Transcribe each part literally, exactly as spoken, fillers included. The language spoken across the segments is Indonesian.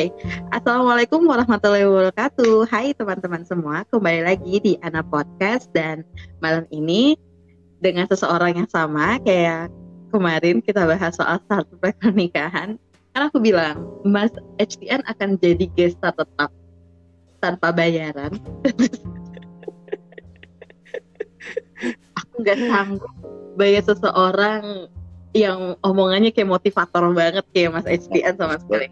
Oke, Assalamualaikum warahmatullahi wabarakatuh. Hai teman-teman semua, kembali lagi di Ana Podcast. Dan malam ini dengan seseorang yang sama kayak kemarin kita bahas soal starter pack pernikahan. Kan aku bilang Mas H T N akan jadi guest star tetap tanpa bayaran. Aku nggak sanggup bayar seseorang yang omongannya kayak motivator banget kayak Mas H T N sama sekali.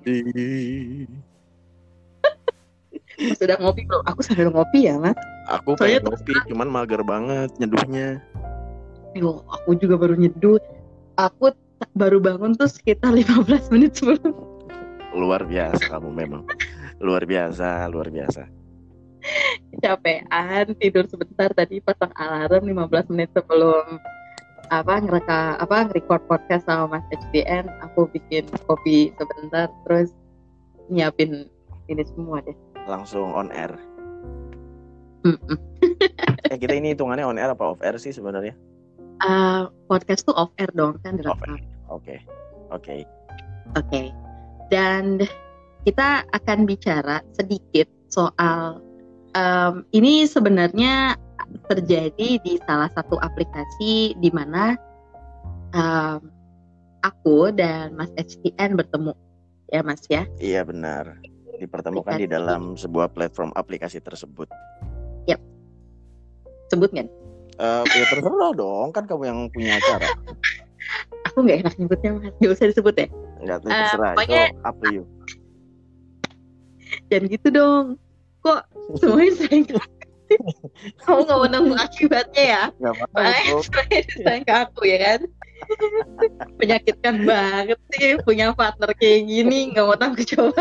Mas udah ngopi belum? Aku sambil ngopi ya, Mas. Aku Soalnya pengen ngopi, tuh, cuman mager banget nyeduhnya. Yo, aku juga baru nyeduh. Aku t- baru bangun tuh sekitar lima belas menit sebelum. Luar biasa kamu memang. Luar biasa, luar biasa. Capean, tidur sebentar tadi pasang alarm lima belas menit sebelum apa ngereka apa record podcast sama Mas H D N. Aku bikin kopi sebentar terus nyiapin ini semua deh. Langsung on air. Mm-mm. Eh kita ini hitungannya on air apa off air sih sebenarnya? Uh, podcast tuh off air dong kan direkam. Off air. Oke. Oke. Oke. Dan kita akan bicara sedikit soal um, ini sebenarnya terjadi di salah satu aplikasi di mana um, aku dan Mas H T N bertemu, ya Mas ya? Iya benar. Dipertemukan aplikasi di dalam sebuah platform aplikasi tersebut. Yap. Sebut nggak? Uh, ya terserah dong, kan kamu yang punya acara. Aku nggak enak nyebutnya Mas, nggak usah disebut ya? Nggak terserah, uh, pokoknya... itu up to you. Jangan gitu dong. Kok semuanya sayang ke kamu nggak mau nanggung akibatnya ya? Nggak apa-apa. Semuanya sayang ke aku ya kan? Menyakitkan banget sih punya partner kayak gini, nggak mau tanggung jawab.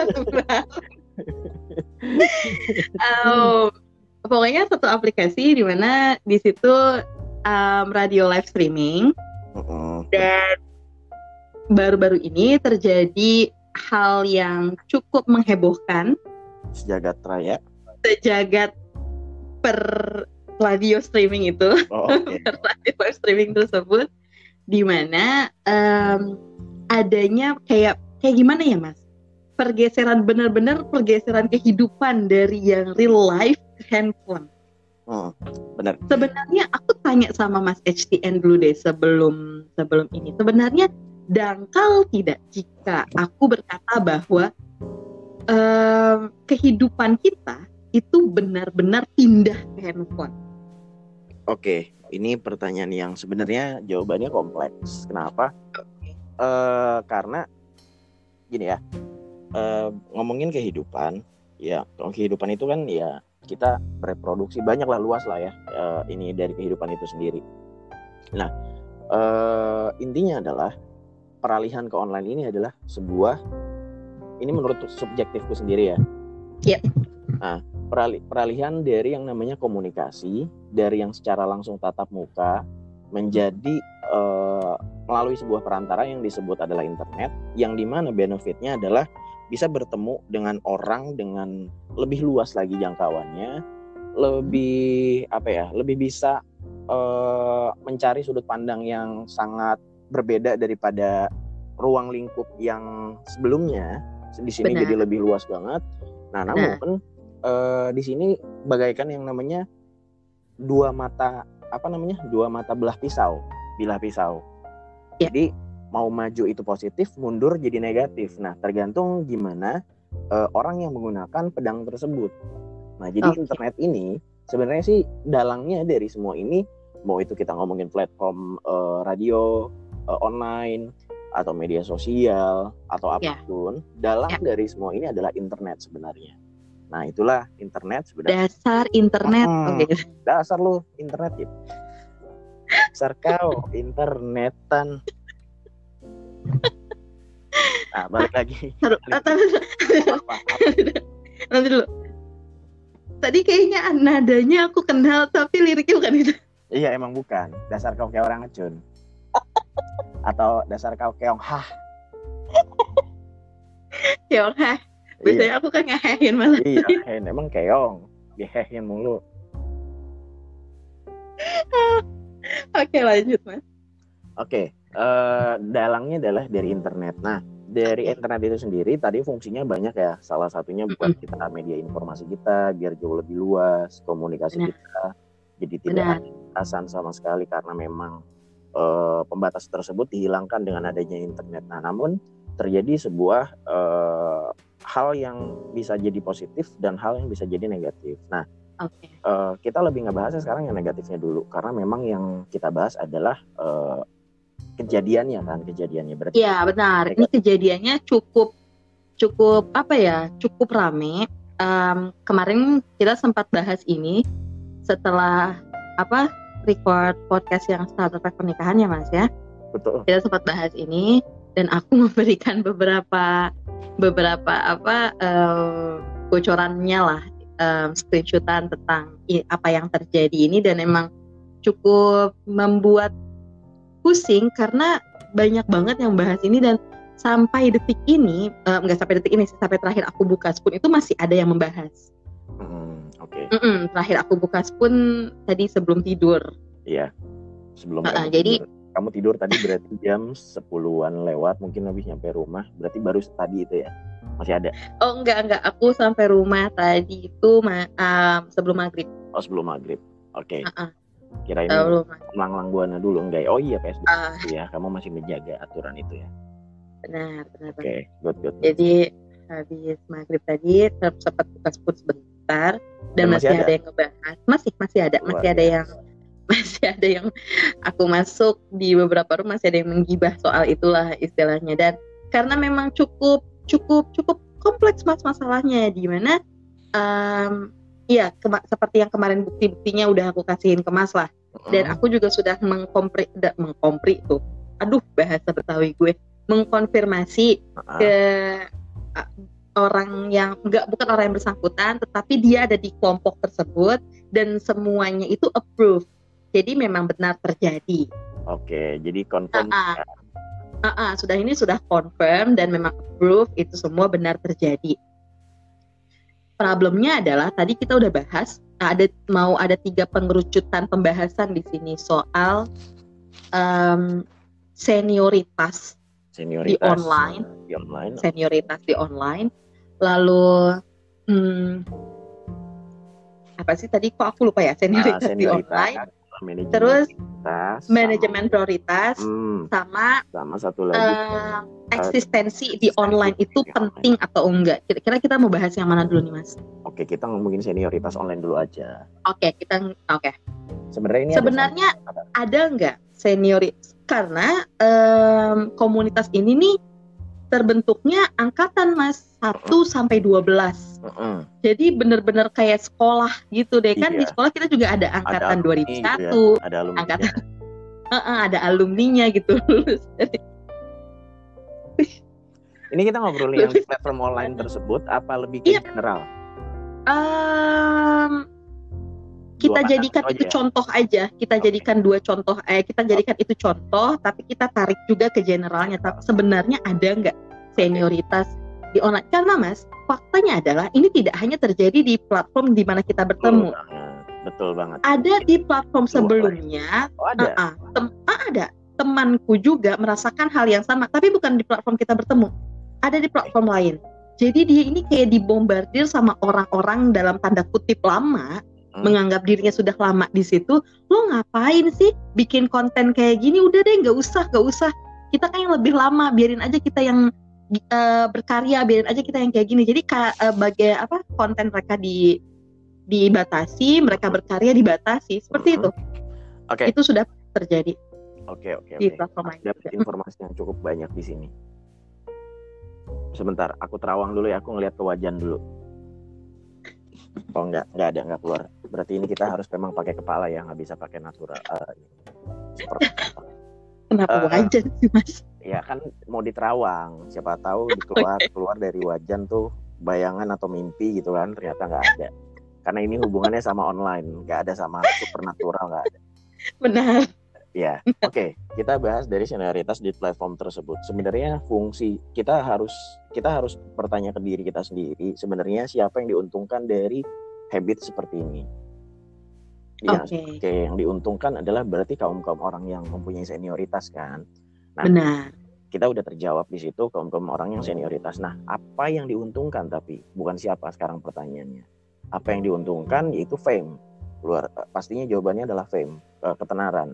um, pokoknya satu aplikasi di mana di situ um, radio live streaming. Uh-uh. Dan baru-baru ini terjadi hal yang cukup menghebohkan sejagat raya, sejagat per radio streaming itu, oh, okay. per radio live streaming tersebut, di mana um, adanya kayak kayak gimana ya Mas? Pergeseran benar-benar pergeseran kehidupan dari yang real life ke handphone. Hmm, benar. Sebenarnya aku tanya sama Mas H T N dulu deh sebelum sebelum ini. Sebenarnya dangkal tidak jika aku berkata bahwa um, kehidupan kita itu benar-benar pindah ke handphone? Oke, ini pertanyaan yang sebenarnya jawabannya kompleks. Kenapa? Okay. Uh, karena gini ya, uh, ngomongin kehidupan, ya kehidupan itu kan ya kita bereproduksi banyak lah, luas lah ya. Uh, ini dari kehidupan itu sendiri. Nah, uh, intinya adalah peralihan ke online ini adalah sebuah, ini menurut subjektifku sendiri ya. Iya. Yeah. Nah, perali- peralihan dari yang namanya komunikasi, dari yang secara langsung tatap muka, menjadi uh, melalui sebuah perantara yang disebut adalah internet, yang dimana benefitnya adalah bisa bertemu dengan orang dengan lebih luas lagi jangkauannya, lebih apa ya, lebih bisa uh, mencari sudut pandang yang sangat berbeda daripada ruang lingkup yang sebelumnya. Di sini Benar. Jadi lebih luas banget. Nah, namun Uh, di sini bagaikan yang namanya dua mata apa namanya dua mata belah pisau, bilah pisau. Yeah. Jadi mau maju itu positif, mundur jadi negatif. Nah, tergantung gimana uh, orang yang menggunakan pedang tersebut. Nah, jadi okay. internet ini sebenarnya sih dalangnya dari semua ini, mau itu kita ngomongin platform uh, radio, uh, online, atau media sosial atau apapun, yeah. dalang yeah. dari semua ini adalah internet sebenarnya. Nah, itulah internet sebenarnya. Dasar internet. Hmm, Oke. Okay. Dasar lu internet ya. Dasar kau internetan. Nah, balik lagi. Taruh, nanti dulu. Tadi kayaknya nadanya aku kenal, tapi liriknya bukan itu. Iya, emang bukan. Dasar kau kayak orang ngecun. Atau dasar kau keong hah. Keong hah. Biasanya iya. Aku kan ngehehin malah. Iya, hen, emang keong. Dihehin mulu. Oke, lanjut Mas. Oke, uh, dalangnya adalah dari internet. Nah, dari Oke. internet itu sendiri tadi fungsinya banyak ya. Salah satunya buat Mm-mm. kita media informasi kita biar jauh lebih luas, komunikasi Benar, kita jadi tidak benar. ada batasan sama sekali karena memang eh, pembatas tersebut dihilangkan dengan adanya internet. Nah, namun terjadi sebuah eh, hal yang bisa jadi positif dan hal yang bisa jadi negatif. Nah, Oke. eh, kita lebih ngebahasnya sekarang yang negatifnya dulu karena memang yang kita bahas adalah eh, kejadiannya kan, kejadiannya berarti Iya, benar. Ini negatif. kejadiannya cukup cukup apa ya? Cukup rame. Em, kemarin kita sempat bahas ini setelah apa? Record podcast yang Startup Pernikahan ya, Mas ya. Betul. Kita sempat bahas ini dan aku memberikan beberapa beberapa apa eh, bocorannya lah, eh, screenshotan tentang i- apa yang terjadi ini dan emang cukup membuat pusing karena banyak banget yang bahas ini dan sampai detik ini eh, enggak sampai detik ini sih, sampai terakhir aku buka Spoon itu masih ada yang membahas. Hmm, Oke. Mm-mm, terakhir aku buka Spoon tadi sebelum tidur. Iya. Sebelum Uh-uh, kamu jadi tidur. Kamu tidur tadi berarti jam sepuluhan lewat, mungkin habis nyampe rumah. Berarti baru tadi itu ya. Masih ada. oh enggak enggak aku sampai rumah tadi itu ma- um, sebelum maghrib. Oh, sebelum maghrib. Oke. Uh-uh, Kira ini sebelum maghrib. langlang buana dulu enggak ya? Oh iya, P S B B Ah, ya. Kamu masih menjaga aturan itu ya. benar benar Oke, banget. good good. good. Jadi habis maghrib tadi tetap sempat buka Spoon sebentar dan, Dan masih masih ada? ada yang ngebahas. Masih masih ada, Luar masih ada biasa. yang masih ada yang aku masuk di beberapa room masih ada yang menggibah soal itulah istilahnya dan karena memang cukup cukup cukup kompleks mas masalahnya di mana um, ya kema- seperti yang kemarin bukti-buktinya udah aku kasihin ke mas lah dan Mm-mm. aku juga sudah mengkompri da, mengkompri tuh aduh bahasa Betawi gue mengkonfirmasi Ah, ke uh, orang yang enggak bukan orang yang bersangkutan tetapi dia ada di kelompok tersebut dan semuanya itu approve. Jadi memang benar terjadi. Oke, jadi confirm. Ah, ah, ah, ah, sudah ini sudah confirm dan memang approve itu semua benar terjadi. Problemnya adalah tadi kita udah bahas ada mau ada tiga pengerucutan pembahasan di sini soal um, senioritas Senioritas di online, di online. senioritas di online. Lalu hmm, apa sih tadi kok aku lupa ya senioritas, Ah, di senioritas, online. manajemen Terus prioritas, manajemen sama, prioritas hmm, sama sama satu lagi uh, eksistensi di eksistensi online itu di penting atau enggak? Kira-kira kita mau bahas yang mana dulu nih Mas? Oke, kita ngomongin senioritas online dulu aja. Oke, kita oke. Sebenarnya ini Sebenarnya ada, ada enggak senioritas? Karena um, komunitas ini nih terbentuknya angkatan Mas satu sampai dua belas. uh-uh. Jadi benar-benar kayak sekolah gitu deh kan. Iya. Di sekolah kita juga ada angkatan Ada dua ribu satu, gitu ya, ada alumni angkatan uh-uh, ada alumninya gitu lulus dari Ini kita ngobrolin yang di platform online tersebut apa lebih ke Yep. general? Um, kita Dua jadikan kata itu aja. contoh aja. Kita Oke. jadikan dua contoh. Eh, kita jadikan itu contoh, tapi kita tarik juga ke generalnya. Tapi sebenarnya ada nggak senioritas di online? Karena Mas, faktanya adalah ini tidak hanya terjadi di platform di mana kita bertemu. Betul banget. Betul banget. Ada di platform Luar sebelumnya. Oh, ada. Uh-uh, tem- ah, ada. Temanku juga merasakan hal yang sama, tapi bukan di platform kita bertemu. Ada di platform lain. Jadi dia ini kayak dibombardir sama orang-orang dalam tanda kutip lama, hmm. menganggap dirinya sudah lama di situ. Lo ngapain sih bikin konten kayak gini? Udah deh, nggak usah, nggak usah. Kita kan yang lebih lama, biarin aja kita yang uh, berkarya, biarin aja kita yang kayak gini. Jadi uh, bagai apa konten mereka di dibatasi, mereka berkarya dibatasi, seperti itu. Oke. Okay. Itu sudah terjadi. Oke oke di oke. platform lain. Dapat informasi yang cukup banyak di sini. Sebentar, aku terawang dulu ya, aku ngeliat ke Wajan dulu. Oh enggak, enggak ada, enggak keluar. Berarti ini kita harus memang pakai kepala ya, nggak bisa pakai natural. Uh, seperti apa? Kenapa uh, Wajan sih Mas? Ya kan mau diterawang, siapa tahu dikeluar okay. keluar dari Wajan tuh bayangan atau mimpi gitu kan, ternyata nggak ada. Karena ini hubungannya sama online, nggak ada sama supernatural, nggak ada. Benar. Ya, oke. Okay. Kita bahas dari senioritas di platform tersebut. Sebenarnya fungsi kita harus kita harus bertanya ke diri kita sendiri. Sebenarnya siapa yang diuntungkan dari habit seperti ini? Yang okay. okay, yang diuntungkan adalah berarti kaum kaum orang yang mempunyai senioritas kan. Nah, benar. kita udah terjawab di situ kaum-kaum orang yang senioritas. Nah, apa yang diuntungkan tapi bukan siapa sekarang pertanyaannya. Apa yang diuntungkan yaitu fame. Luar pastinya jawabannya adalah fame, ketenaran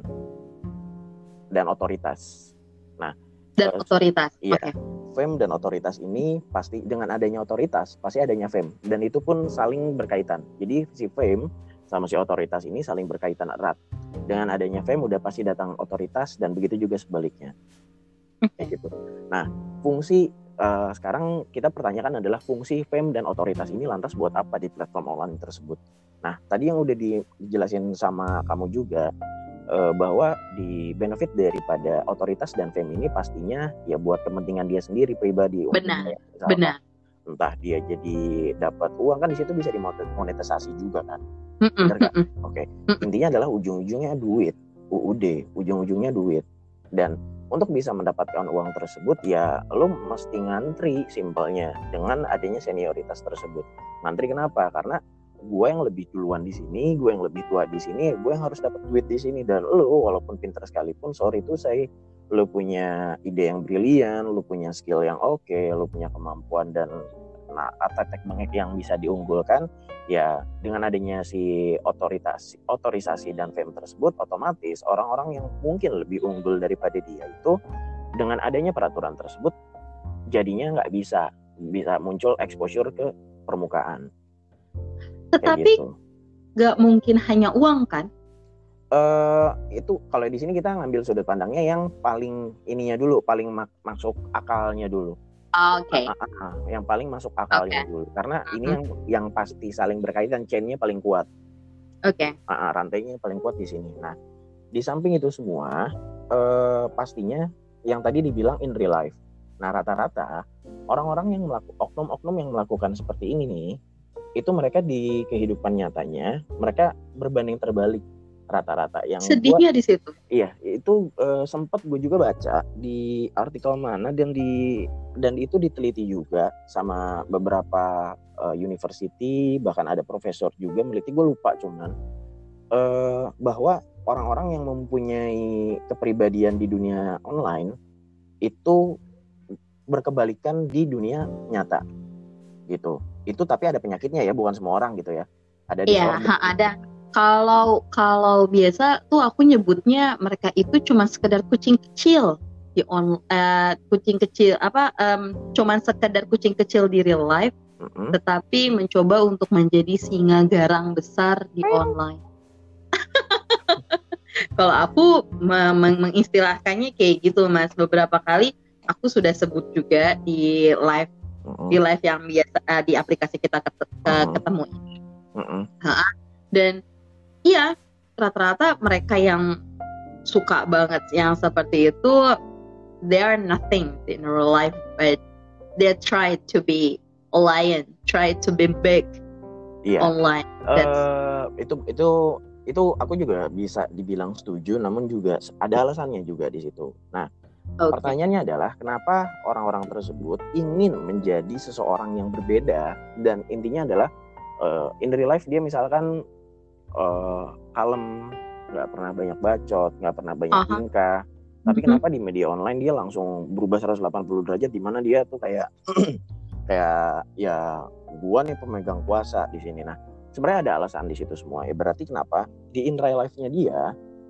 dan otoritas. Nah, dan uh, otoritas. Iya. Okay. Fame dan otoritas ini pasti dengan adanya otoritas pasti adanya fame, dan itu pun saling berkaitan. Jadi si fame sama si otoritas ini saling berkaitan erat. Dengan adanya fame udah pasti datang otoritas, dan begitu juga sebaliknya. Kayak gitu. Nah, fungsi uh, sekarang kita pertanyakan adalah fungsi fame dan otoritas ini lantas buat apa di platform online tersebut. Nah, tadi yang udah dijelasin sama kamu juga, uh, bahwa di benefit daripada otoritas dan fame ini pastinya ya buat kepentingan dia sendiri pribadi. Benar, misalkan, benar. Entah dia jadi dapat uang, kan di situ bisa dimonetisasi juga kan. Mm-mm, benar kan? Oke. Okay. Intinya adalah ujung-ujungnya duit, U U D, ujung-ujungnya duit. Dan untuk bisa mendapatkan uang tersebut ya lo mesti ngantri, simpelnya, dengan adanya senioritas tersebut. Ngantri kenapa? Karena gue yang lebih duluan di sini, gue yang lebih tua di sini, gue yang harus dapat duit di sini. Dan lo walaupun pintar sekalipun, sorry tuh saya, lo punya ide yang brilian, lo punya skill yang oke, okay, lo punya kemampuan dan nah atek banyak yang bisa diunggulkan, ya dengan adanya si otoritas, otorisasi dan fame tersebut, otomatis orang-orang yang mungkin lebih unggul daripada dia itu dengan adanya peraturan tersebut jadinya nggak bisa bisa muncul exposure ke permukaan. Tetapi nggak gitu. Mungkin hanya uang kan? Uh, itu kalau di sini kita ngambil sudut pandangnya yang paling ininya dulu, paling mak- masuk akalnya dulu. Oke. Okay. Uh, uh, uh, yang paling masuk akalnya okay. dulu, karena uh-huh. ini yang yang pasti saling berkaitan, chainnya paling kuat. Oke. Okay. Uh, uh, rantainya paling kuat di sini. Nah, di samping itu semua, uh, pastinya yang tadi dibilang in real life. Nah, rata-rata orang-orang yang melakukan oknum-oknum yang melakukan seperti ini nih, itu mereka di kehidupan nyatanya mereka berbanding terbalik. Rata-rata yang sedihnya gua, di situ. Iya, itu uh, sempat gue juga baca di artikel mana, dan di dan itu diteliti juga sama beberapa uh, university, bahkan ada profesor juga meliti, gue lupa cuman uh, bahwa orang-orang yang mempunyai kepribadian di dunia online itu berkebalikan di dunia nyata gitu. Itu tapi ada penyakitnya ya, bukan semua orang gitu ya. Ada disorder. Iya, ha, ada. Kalau kalau biasa tuh aku nyebutnya mereka itu cuma sekedar kucing kecil di on uh, kucing kecil apa um, cuma sekedar kucing kecil di real life, mm-hmm. tetapi mencoba untuk menjadi singa garang besar di online. Kalau aku meng- mengistilahkannya kayak gitu, Mas. Beberapa kali aku sudah sebut juga di live mm-hmm. di live yang biasa uh, di aplikasi kita ket- mm-hmm. ketemu ini. Mm-hmm. Dan iya, rata-rata mereka yang suka banget yang seperti itu, they are nothing in real life, but they try to be a lion, try to be big yeah. online. Uh, itu itu itu aku juga bisa dibilang setuju, namun juga ada alasannya juga di situ. Nah, okay. pertanyaannya adalah kenapa orang-orang tersebut ingin menjadi seseorang yang berbeda, dan intinya adalah uh, in real life dia misalkan Uh, kalem, nggak pernah banyak bacot, nggak pernah banyak uh-huh. tingkah, tapi mm-hmm. kenapa di media online dia langsung berubah seratus delapan puluh derajat, di mana dia tuh kayak kayak ya gua nih pemegang kuasa di sini. Nah, sebenarnya ada alasan di situ semua. Ya berarti kenapa di in real life-nya dia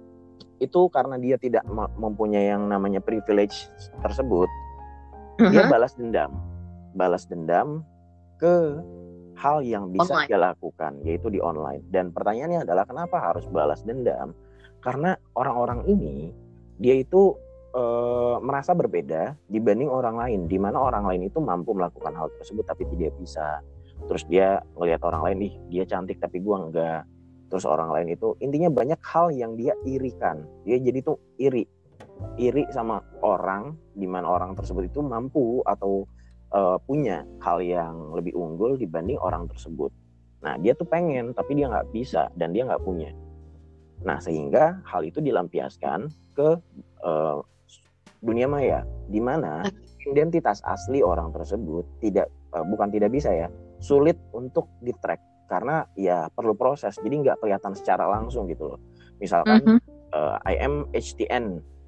itu karena dia tidak mempunyai yang namanya privilege tersebut, uh-huh. dia balas dendam, balas dendam ke hal yang bisa online. Dia lakukan, yaitu di online. Dan pertanyaannya adalah kenapa harus balas dendam? Karena orang-orang ini dia itu e, merasa berbeda dibanding orang lain, di mana orang lain itu mampu melakukan hal tersebut tapi tidak bisa. Terus dia ngelihat orang lain, ih dia cantik tapi gua enggak. Terus orang lain itu intinya banyak hal yang dia irikan. Dia jadi tuh iri, iri sama orang, di mana orang tersebut itu mampu atau Uh, punya hal yang lebih unggul dibanding orang tersebut. Nah, dia tuh pengen tapi dia nggak bisa dan dia nggak punya. Nah, sehingga hal itu dilampiaskan ke uh, dunia maya, di mana identitas asli orang tersebut tidak uh, bukan tidak bisa ya, sulit untuk di-track karena ya perlu proses, jadi nggak kelihatan secara langsung gitu loh. Misalkan uh-huh. uh, I am H T N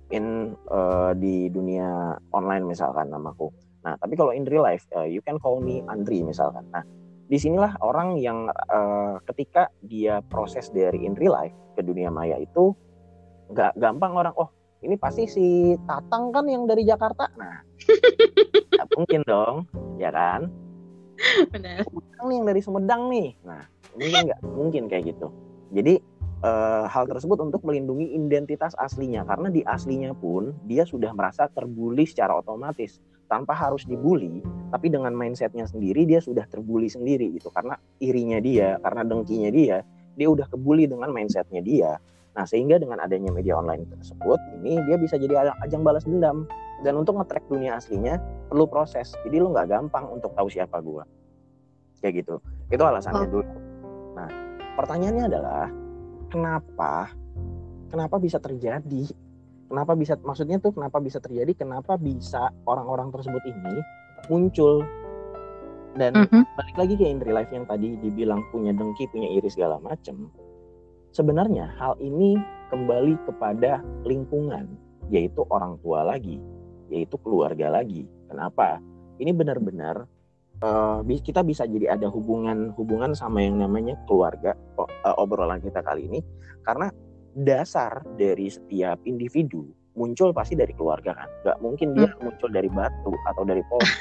in uh, di dunia online misalkan namaku. Nah, tapi kalau in real life, uh, you can call me Andri misalkan. Nah, disinilah orang yang uh, ketika dia proses dari in real life ke dunia maya itu nggak gampang orang, oh ini pasti si Tatang kan yang dari Jakarta. Nah, nggak mungkin dong, ya kan? Benar. Ini yang dari Sumedang nih. Nah, mungkin nggak mungkin kayak gitu. Jadi uh, hal tersebut untuk melindungi identitas aslinya, karena di aslinya pun dia sudah merasa terbuli secara otomatis tanpa harus dibully, tapi dengan mindsetnya sendiri dia sudah terbuli sendiri gitu, karena irinya dia, karena dengkinya dia, dia udah kebuli dengan mindsetnya dia. Nah, sehingga dengan adanya media online tersebut, ini dia bisa jadi ajang balas dendam. Dan untuk nge-track dunia aslinya perlu proses, jadi lu nggak gampang untuk tahu siapa gua, kayak gitu. Itu alasannya dulu. Nah, pertanyaannya adalah kenapa kenapa bisa terjadi? Kenapa bisa, maksudnya tuh kenapa bisa terjadi, kenapa bisa orang-orang tersebut ini muncul. Dan mm-hmm. balik lagi ke in real life yang tadi dibilang punya dengki, punya iri segala macam. Sebenarnya hal ini kembali kepada lingkungan, yaitu orang tua lagi, yaitu keluarga lagi. Kenapa? Ini benar-benar uh, kita bisa jadi ada hubungan-hubungan sama yang namanya keluarga, uh, obrolan kita kali ini, karena dasar dari setiap individu muncul pasti dari keluarga kan, nggak mungkin dia hmm. muncul dari batu atau dari pohon,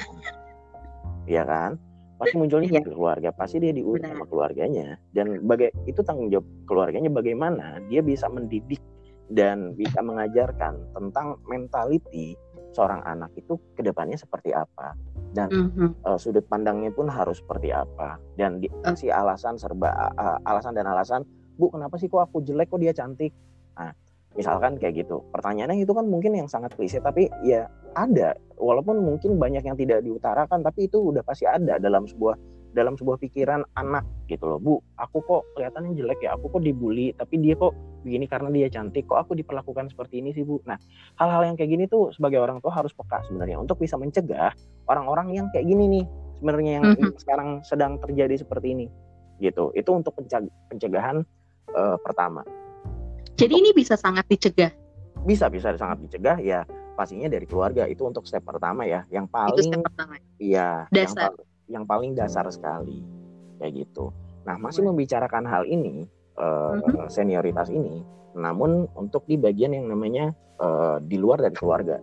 ya kan? Pasti munculnya dari keluarga, pasti dia diurus sama keluarganya, dan baga- itu tanggung jawab keluarganya bagaimana dia bisa mendidik dan bisa mengajarkan tentang mentality seorang anak itu kedepannya seperti apa, dan mm-hmm. uh, sudut pandangnya pun harus seperti apa, dan dikasih alasan serba uh, alasan dan alasan. Bu, kenapa sih kok aku jelek, kok dia cantik? Nah, misalkan kayak gitu. Pertanyaannya itu kan mungkin yang sangat klise, tapi ya ada. Walaupun mungkin banyak yang tidak diutarakan, tapi itu udah pasti ada dalam sebuah dalam sebuah pikiran anak gitu loh. Bu, aku kok kelihatannya jelek ya, aku kok dibully, tapi dia kok begini karena dia cantik, kok aku diperlakukan seperti ini sih Bu? Nah, hal-hal yang kayak gini tuh sebagai orang tua harus peka sebenarnya untuk bisa mencegah orang-orang yang kayak gini nih, sebenarnya yang mm-hmm. sekarang sedang terjadi seperti ini gitu. Itu untuk pencegahan Uh, pertama. Jadi untuk, ini bisa sangat dicegah. Bisa bisa sangat dicegah ya, pastinya dari keluarga. Itu untuk step pertama ya, yang paling iya, yang, pa- yang paling dasar sekali kayak gitu. Nah, masih oh. membicarakan hal ini uh, mm-hmm. senioritas ini, namun untuk di bagian yang namanya uh, di luar dari keluarga.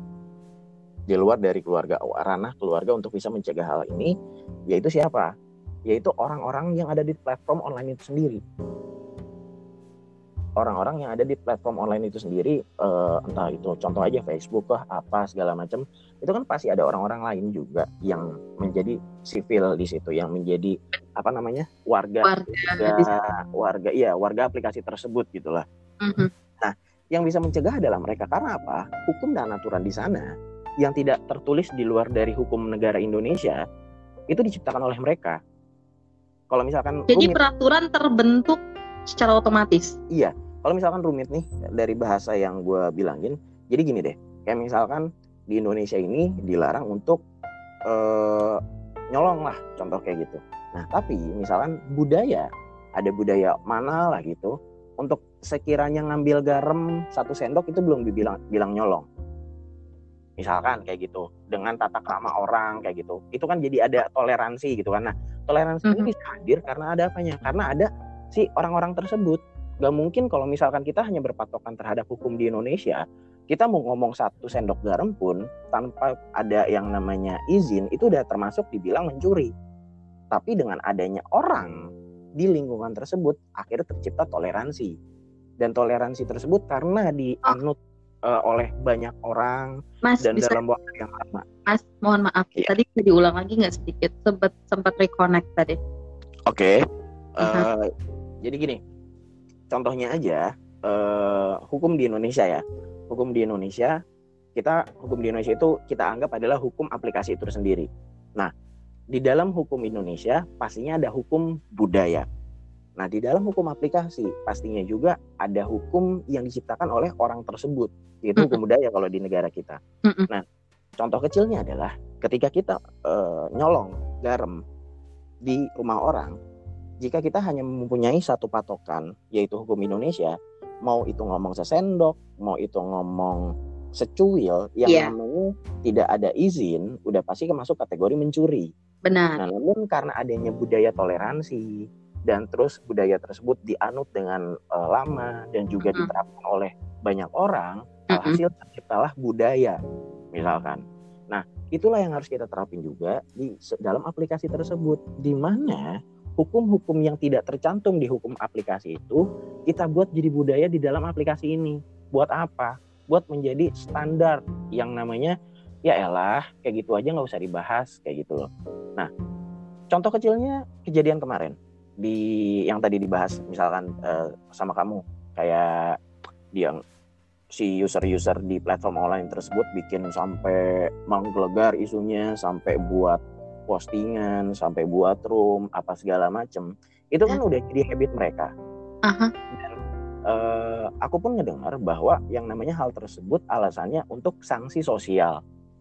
Di luar dari keluarga, oh, ranah keluarga untuk bisa mencegah hal ini, yaitu siapa? Yaitu orang-orang yang ada di platform online itu sendiri. Orang-orang yang ada di platform online itu sendiri, uh, entah itu contoh aja Facebook lah, apa segala macam, itu kan pasti ada orang-orang lain juga yang menjadi sipil di situ, yang menjadi apa namanya warga, warga, warga, warga iya warga aplikasi tersebut gitulah. Mm-hmm. Nah, yang bisa mencegah adalah mereka, karena apa? Hukum dan aturan di sana yang tidak tertulis di luar dari hukum negara Indonesia itu diciptakan oleh mereka. Kalau misalkan jadi rumit, peraturan terbentuk secara otomatis. Iya. Kalau misalkan rumit nih dari bahasa yang gue bilangin, jadi gini deh, kayak misalkan di Indonesia ini dilarang untuk uh, nyolong lah, contoh kayak gitu. Nah, tapi misalkan budaya, ada budaya mana lah gitu, untuk sekiranya ngambil garam satu sendok itu belum dibilang bilang nyolong. Misalkan kayak gitu, dengan tata krama orang kayak gitu, itu kan jadi ada toleransi gitu kan. Nah, toleransi mm-hmm. ini bisa hadir karena ada apanya? Karena ada si orang-orang tersebut. Gak mungkin kalau misalkan kita hanya berpatokan terhadap hukum di Indonesia, kita mau ngomong satu sendok garam pun tanpa ada yang namanya izin, itu udah termasuk dibilang mencuri. Tapi dengan adanya orang di lingkungan tersebut, akhirnya tercipta toleransi. Dan toleransi tersebut karena dianut oh. uh, oleh banyak orang, Mas, dan bisa, dalam waktu yang lama. Mas, mohon maaf, ya. Tadi bisa diulang lagi nggak sedikit? Sempat sempat reconnect tadi. Oke, okay. uh, uh-huh. Jadi gini. Contohnya aja, uh, hukum di Indonesia ya. Hukum di Indonesia, kita hukum di Indonesia itu kita anggap adalah hukum aplikasi itu sendiri. Nah, di dalam hukum Indonesia pastinya ada hukum budaya. Nah, di dalam hukum aplikasi pastinya juga ada hukum yang diciptakan oleh orang tersebut, yaitu hukum budaya kalau di negara kita. Nah, contoh kecilnya adalah ketika kita uh, nyolong garam di rumah orang, jika kita hanya mempunyai satu patokan, yaitu hukum Indonesia, mau itu ngomong sesendok, mau itu ngomong secuil, yang Iya. namanya tidak ada izin, udah pasti masuk kategori mencuri. Benar. Nah, namun karena adanya budaya toleransi dan terus budaya tersebut dianut dengan uh, lama dan juga Mm-mm. diterapkan oleh banyak orang, Mm-mm. alhasil terciptalah budaya, misalkan. Nah, itulah yang harus kita terapin juga di dalam aplikasi tersebut, di mana hukum-hukum yang tidak tercantum di hukum aplikasi itu kita buat jadi budaya di dalam aplikasi ini. Buat apa? Buat menjadi standar yang namanya ya elah, kayak gitu aja nggak usah dibahas, kayak gitu loh. Nah, contoh kecilnya kejadian kemarin di yang tadi dibahas, misalkan uh, sama kamu, kayak dia si user-user di platform online tersebut bikin sampai menggelegar isunya, sampai buat postingan, sampai buat room, apa segala macem. Itu kan udah jadi habit mereka. Aha. Dan uh, aku pun ngedengar bahwa yang namanya hal tersebut alasannya untuk sanksi sosial.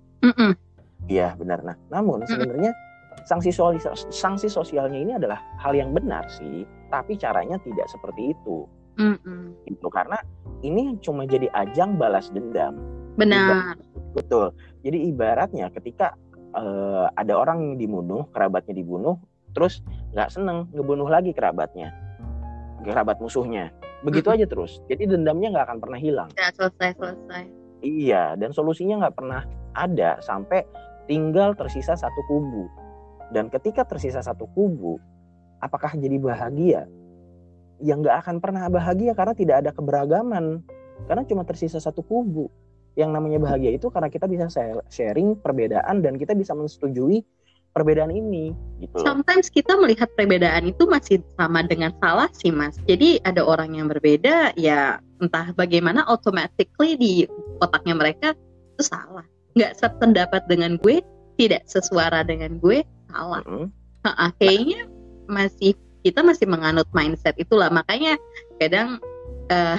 Iya, benar. Nah, namun sebenarnya sanksi sosial, sanksi sosialnya ini adalah hal yang benar sih, tapi caranya tidak seperti itu. Mm-mm. Itu karena ini cuma jadi ajang balas dendam. Benar. Ibarat, betul. Jadi ibaratnya ketika uh, ada orang yang dibunuh, kerabatnya dibunuh, terus nggak seneng ngebunuh lagi kerabatnya, kerabat musuhnya. Begitu Mm-mm. aja terus. Jadi dendamnya nggak akan pernah hilang. Ya, selesai selesai. Iya, dan solusinya nggak pernah ada sampai tinggal tersisa satu kubu. Dan ketika tersisa satu kubu, apakah jadi bahagia? Ya nggak akan pernah bahagia karena tidak ada keberagaman. Karena cuma tersisa satu kubu. Yang namanya bahagia itu karena kita bisa sharing perbedaan dan kita bisa menyetujui perbedaan ini. Gitu loh. Sometimes kita melihat perbedaan itu masih sama dengan salah sih, Mas. Jadi ada orang yang berbeda, ya entah bagaimana automatically di otaknya mereka itu salah. Nggak sependapat dengan gue, tidak sesuara dengan gue, salah. Mm-hmm. Ha-ha, kayaknya masih kita masih menganut mindset itulah. Makanya kadang uh,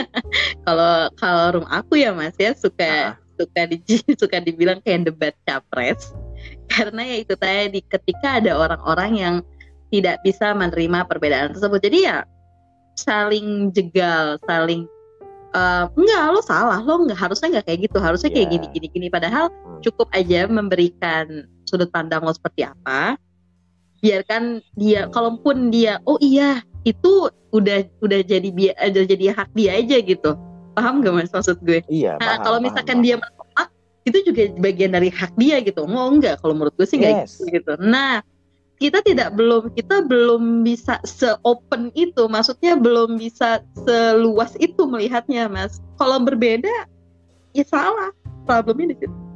kalau kalau room aku ya Mas ya suka uh. suka di suka dibilang kayak debat capres. Karena ya itu tadi ketika ada orang-orang yang tidak bisa menerima perbedaan tersebut. Jadi ya saling jegal, saling Uh, enggak, lo salah, lo nggak harusnya nggak kayak gitu, harusnya yeah. kayak gini gini gini. Padahal hmm. cukup aja memberikan sudut pandang lo seperti apa, biarkan dia, kalaupun dia oh iya itu udah udah jadi udah jadi hak dia aja gitu, paham nggak Mas maksud gue? Iya. Nah paham, kalau paham, misalkan paham. dia menolak itu juga bagian dari hak dia gitu, oh enggak, kalau menurut gue sih nggak yes. gitu gitu. Nah kita tidak belum kita belum bisa se-open itu, maksudnya belum bisa seluas itu melihatnya Mas. Kalau berbeda ya salah, problemnya di situ.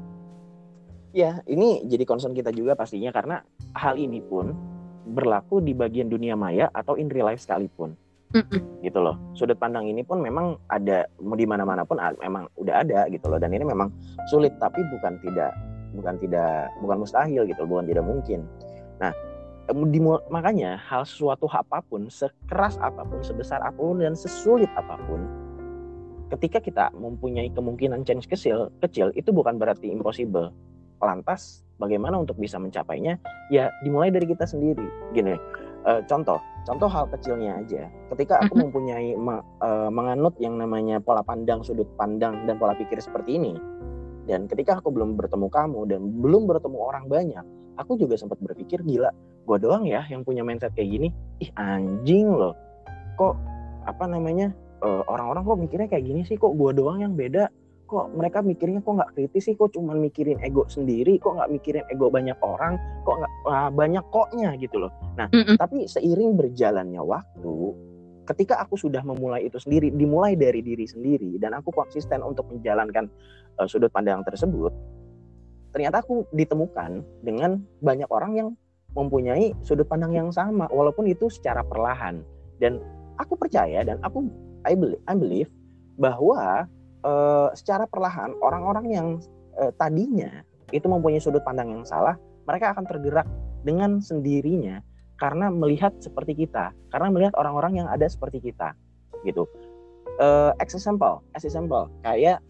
Ya, ini jadi concern kita juga pastinya karena hal ini pun berlaku di bagian dunia maya atau in real life sekalipun. Mm-mm. Gitu loh. Sudut pandang ini pun memang ada di mana-mana pun memang udah ada gitu loh, dan ini memang sulit tapi bukan tidak bukan tidak bukan mustahil gitu, bukan tidak mungkin. Nah, Dimul- makanya hal sesuatu apapun, sekeras apapun, sebesar apapun dan sesulit apapun, ketika kita mempunyai kemungkinan change kecil, kecil itu bukan berarti impossible. Lantas bagaimana untuk bisa mencapainya? Ya dimulai dari kita sendiri. Gini, uh, contoh, contoh hal kecilnya aja. Ketika aku mempunyai ma- uh, menganut yang namanya pola pandang, sudut pandang dan pola pikir seperti ini, dan ketika aku belum bertemu kamu dan belum bertemu orang banyak, aku juga sempat berpikir, gila, gue doang ya yang punya mindset kayak gini. Ih anjing loh, kok apa namanya uh, orang-orang kok mikirnya kayak gini sih, kok gue doang yang beda, kok mereka mikirnya kok nggak kritis sih, kok cuman mikirin ego sendiri, kok nggak mikirin ego banyak orang, kok nggak uh, banyak koknya gitu loh. Nah Mm-mm. tapi seiring berjalannya waktu, ketika aku sudah memulai itu sendiri, dimulai dari diri sendiri, dan aku konsisten untuk menjalankan uh, sudut pandang tersebut, ternyata aku ditemukan dengan banyak orang yang mempunyai sudut pandang yang sama, walaupun itu secara perlahan. Dan aku percaya dan aku I believe, I believe bahwa uh, secara perlahan orang-orang yang uh, tadinya itu mempunyai sudut pandang yang salah, mereka akan tergerak dengan sendirinya karena melihat seperti kita, karena melihat orang-orang yang ada seperti kita, gitu. Uh, as example, as example, kayak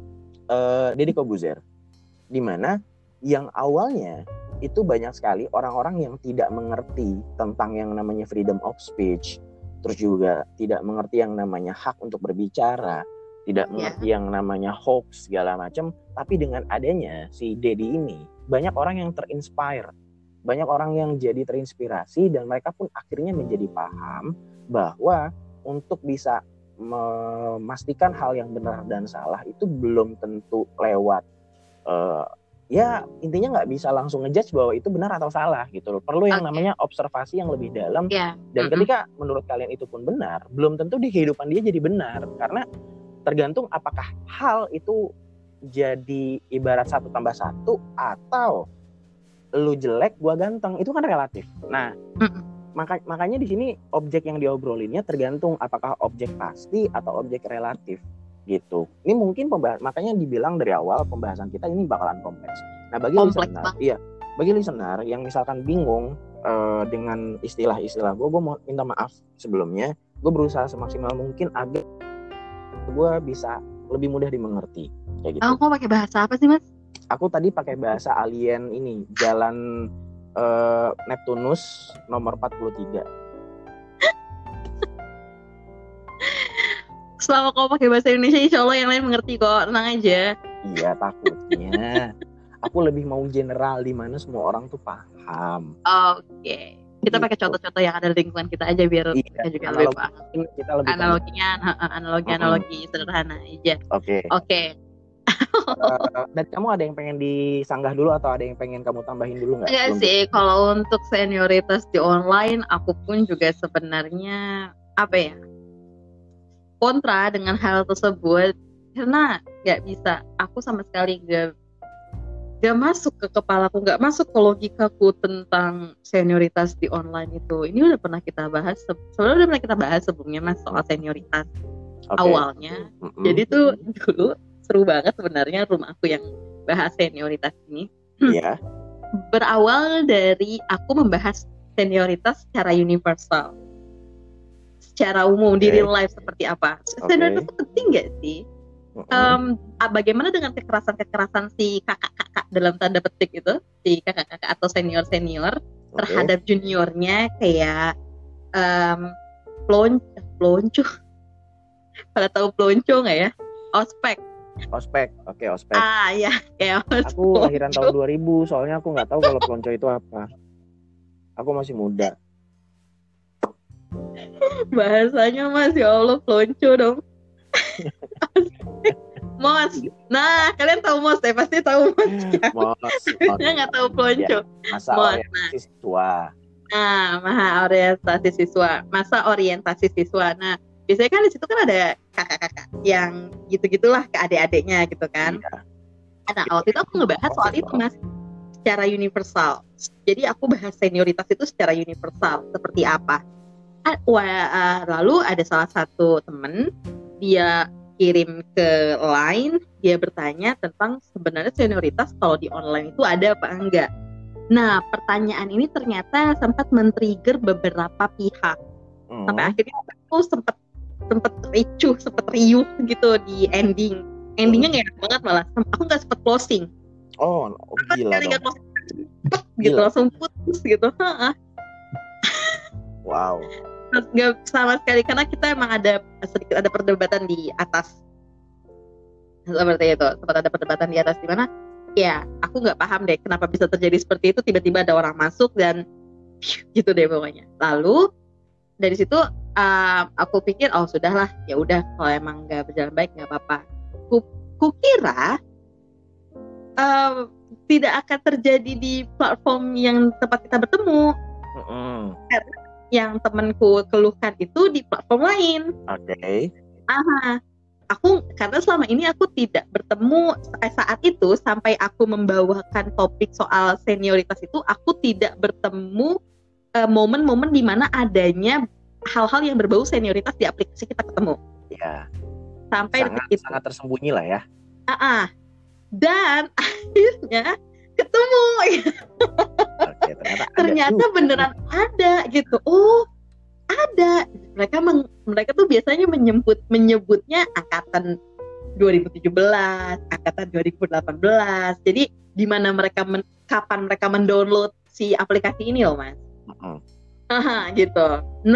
uh, Deddy Corbuzier, di mana yang awalnya itu banyak sekali orang-orang yang tidak mengerti tentang yang namanya freedom of speech, terus juga tidak mengerti yang namanya hak untuk berbicara, tidak mengerti yeah. yang namanya hoax segala macam. Tapi dengan adanya si Dedi ini, banyak orang yang terinspire, banyak orang yang jadi terinspirasi, dan mereka pun akhirnya menjadi paham bahwa untuk bisa memastikan hal yang benar dan salah itu belum tentu lewat uh, ya intinya nggak bisa langsung ngejudge bahwa itu benar atau salah gitu loh. Perlu yang okay. namanya observasi yang lebih dalam. Yeah. Dan mm-hmm. ketika menurut kalian itu pun benar, belum tentu di kehidupan dia jadi benar, karena tergantung apakah hal itu jadi ibarat satu tambah satu atau lu jelek gua ganteng, itu kan relatif. Nah mm-hmm. maka, makanya di sini objek yang diobrolinnya tergantung apakah objek pasti atau objek relatif gitu. Ini mungkin pembahas, makanya dibilang dari awal pembahasan kita ini bakalan kompleks. Nah, bagi kompleks listener, bang. iya, bagi listener yang misalkan bingung uh, dengan istilah-istilah gue, gue mau minta maaf sebelumnya. Gue berusaha semaksimal mungkin agar gue bisa lebih mudah dimengerti. Kayak gitu. Aku mau pakai bahasa apa sih, Mas? Aku tadi pakai bahasa alien ini, Jalan uh, Neptunus nomor empat puluh tiga. Selama kau pakai bahasa Indonesia, insya Allah yang lain mengerti kok, tenang aja. Iya, takutnya aku lebih mau general di mana semua orang tuh paham. Oke, okay. Kita gitu. Pakai contoh-contoh yang ada di lingkungan kita aja biar iya, kita juga lebih paham. Kita lebih analoginya, analogi-analogi uh-huh. sederhana aja. Oke. Okay. Oke. Okay. uh, dan kamu ada yang pengen disanggah dulu atau ada yang pengen kamu tambahin dulu nggak? Enggak sih, kalau untuk senioritas di online, aku pun juga sebenarnya apa ya? kontra dengan hal tersebut, karena nggak bisa, aku sama sekali nggak nggak masuk ke kepalaku, nggak masuk ke logikaku tentang senioritas di online itu. Ini udah pernah kita bahas, sebenarnya udah pernah kita bahas sebelumnya Mas soal senioritas okay. awalnya. Mm-hmm. Jadi tuh dulu seru banget sebenarnya rumah aku yang bahas senioritas ini. Yeah. Berawal dari aku membahas senioritas secara universal. Secara umum okay. di real life seperti apa? Senioritas okay. itu penting nggak sih? Uh-uh. Um, bagaimana dengan kekerasan-kekerasan si kakak-kakak dalam tanda petik itu, si kakak-kakak atau senior-senior okay. terhadap juniornya kayak um, plon, plonco. Pada tahu plonco nggak ya? Ospek. Ospek, oke okay, ospek. Ah ya, kayak ospek. Aku lahiran tahun dua ribu, soalnya aku nggak tahu kalau plonco itu apa. Aku masih muda. Bahasanya Mas, ya Allah, plonco dong. Mos. Nah, kalian tahu Mos ya? Pasti tahu Mos. Ya. Mos. Saya nggak tahu plonco. Masa Mos. Orientasi siswa. Nah, masa orientasi siswa. Masa orientasi siswa. Nah, biasanya kan di situ kan ada kakak-kakak yang gitu-gitulah ke adik-adiknya gitu kan. Iya. Nah, waktu itu aku ngebahas soal itu Mas, secara universal. Jadi aku bahas senioritas itu secara universal. Seperti apa? Lalu ada salah satu temen, dia kirim ke line, dia bertanya tentang sebenarnya senioritas kalau di online itu ada apa enggak. Nah, pertanyaan ini ternyata sempat men-trigger beberapa pihak. Hmm. Sampai akhirnya aku sempat sempat ricuh, sempat riuh gitu di ending. Endingnya nggak enak banget malah. Aku nggak sempat closing. Oh, oh gila dong. Closing, gitu langsung putus gitu. Wow. Nggak sama sekali, karena kita emang ada sedikit ada perdebatan di atas seperti itu, sempat ada perdebatan di atas di mana ya aku nggak paham deh kenapa bisa terjadi seperti itu, tiba-tiba ada orang masuk dan gitu deh pokoknya. Lalu dari situ uh, aku pikir oh sudahlah, ya udah kalau emang nggak berjalan baik nggak apa-apa. Kukira uh, tidak akan terjadi di platform yang tempat kita bertemu. Mm-hmm. Karena yang temanku keluhkan itu di platform lain. Oke. Okay. Aha. Aku karena selama ini aku tidak bertemu saat itu sampai aku membawakan topik soal senioritas itu, aku tidak bertemu uh, momen-momen di mana adanya hal-hal yang berbau senioritas di aplikasi kita ketemu. Ya. Sampai sangat, detik itu. Sangat tersembunyi lah ya. Ah. Dan akhirnya ketemu. Oke, ternyata, ternyata ada beneran ada gitu. Oh, ada. Mereka meng, mereka tuh biasanya menyebut menyebutnya angkatan dua ribu tujuh belas, angkatan dua ribu delapan belas. Jadi di mana mereka men, kapan mereka mendownload si aplikasi ini loh, Mas. Uh-uh. Aha, gitu. Nah,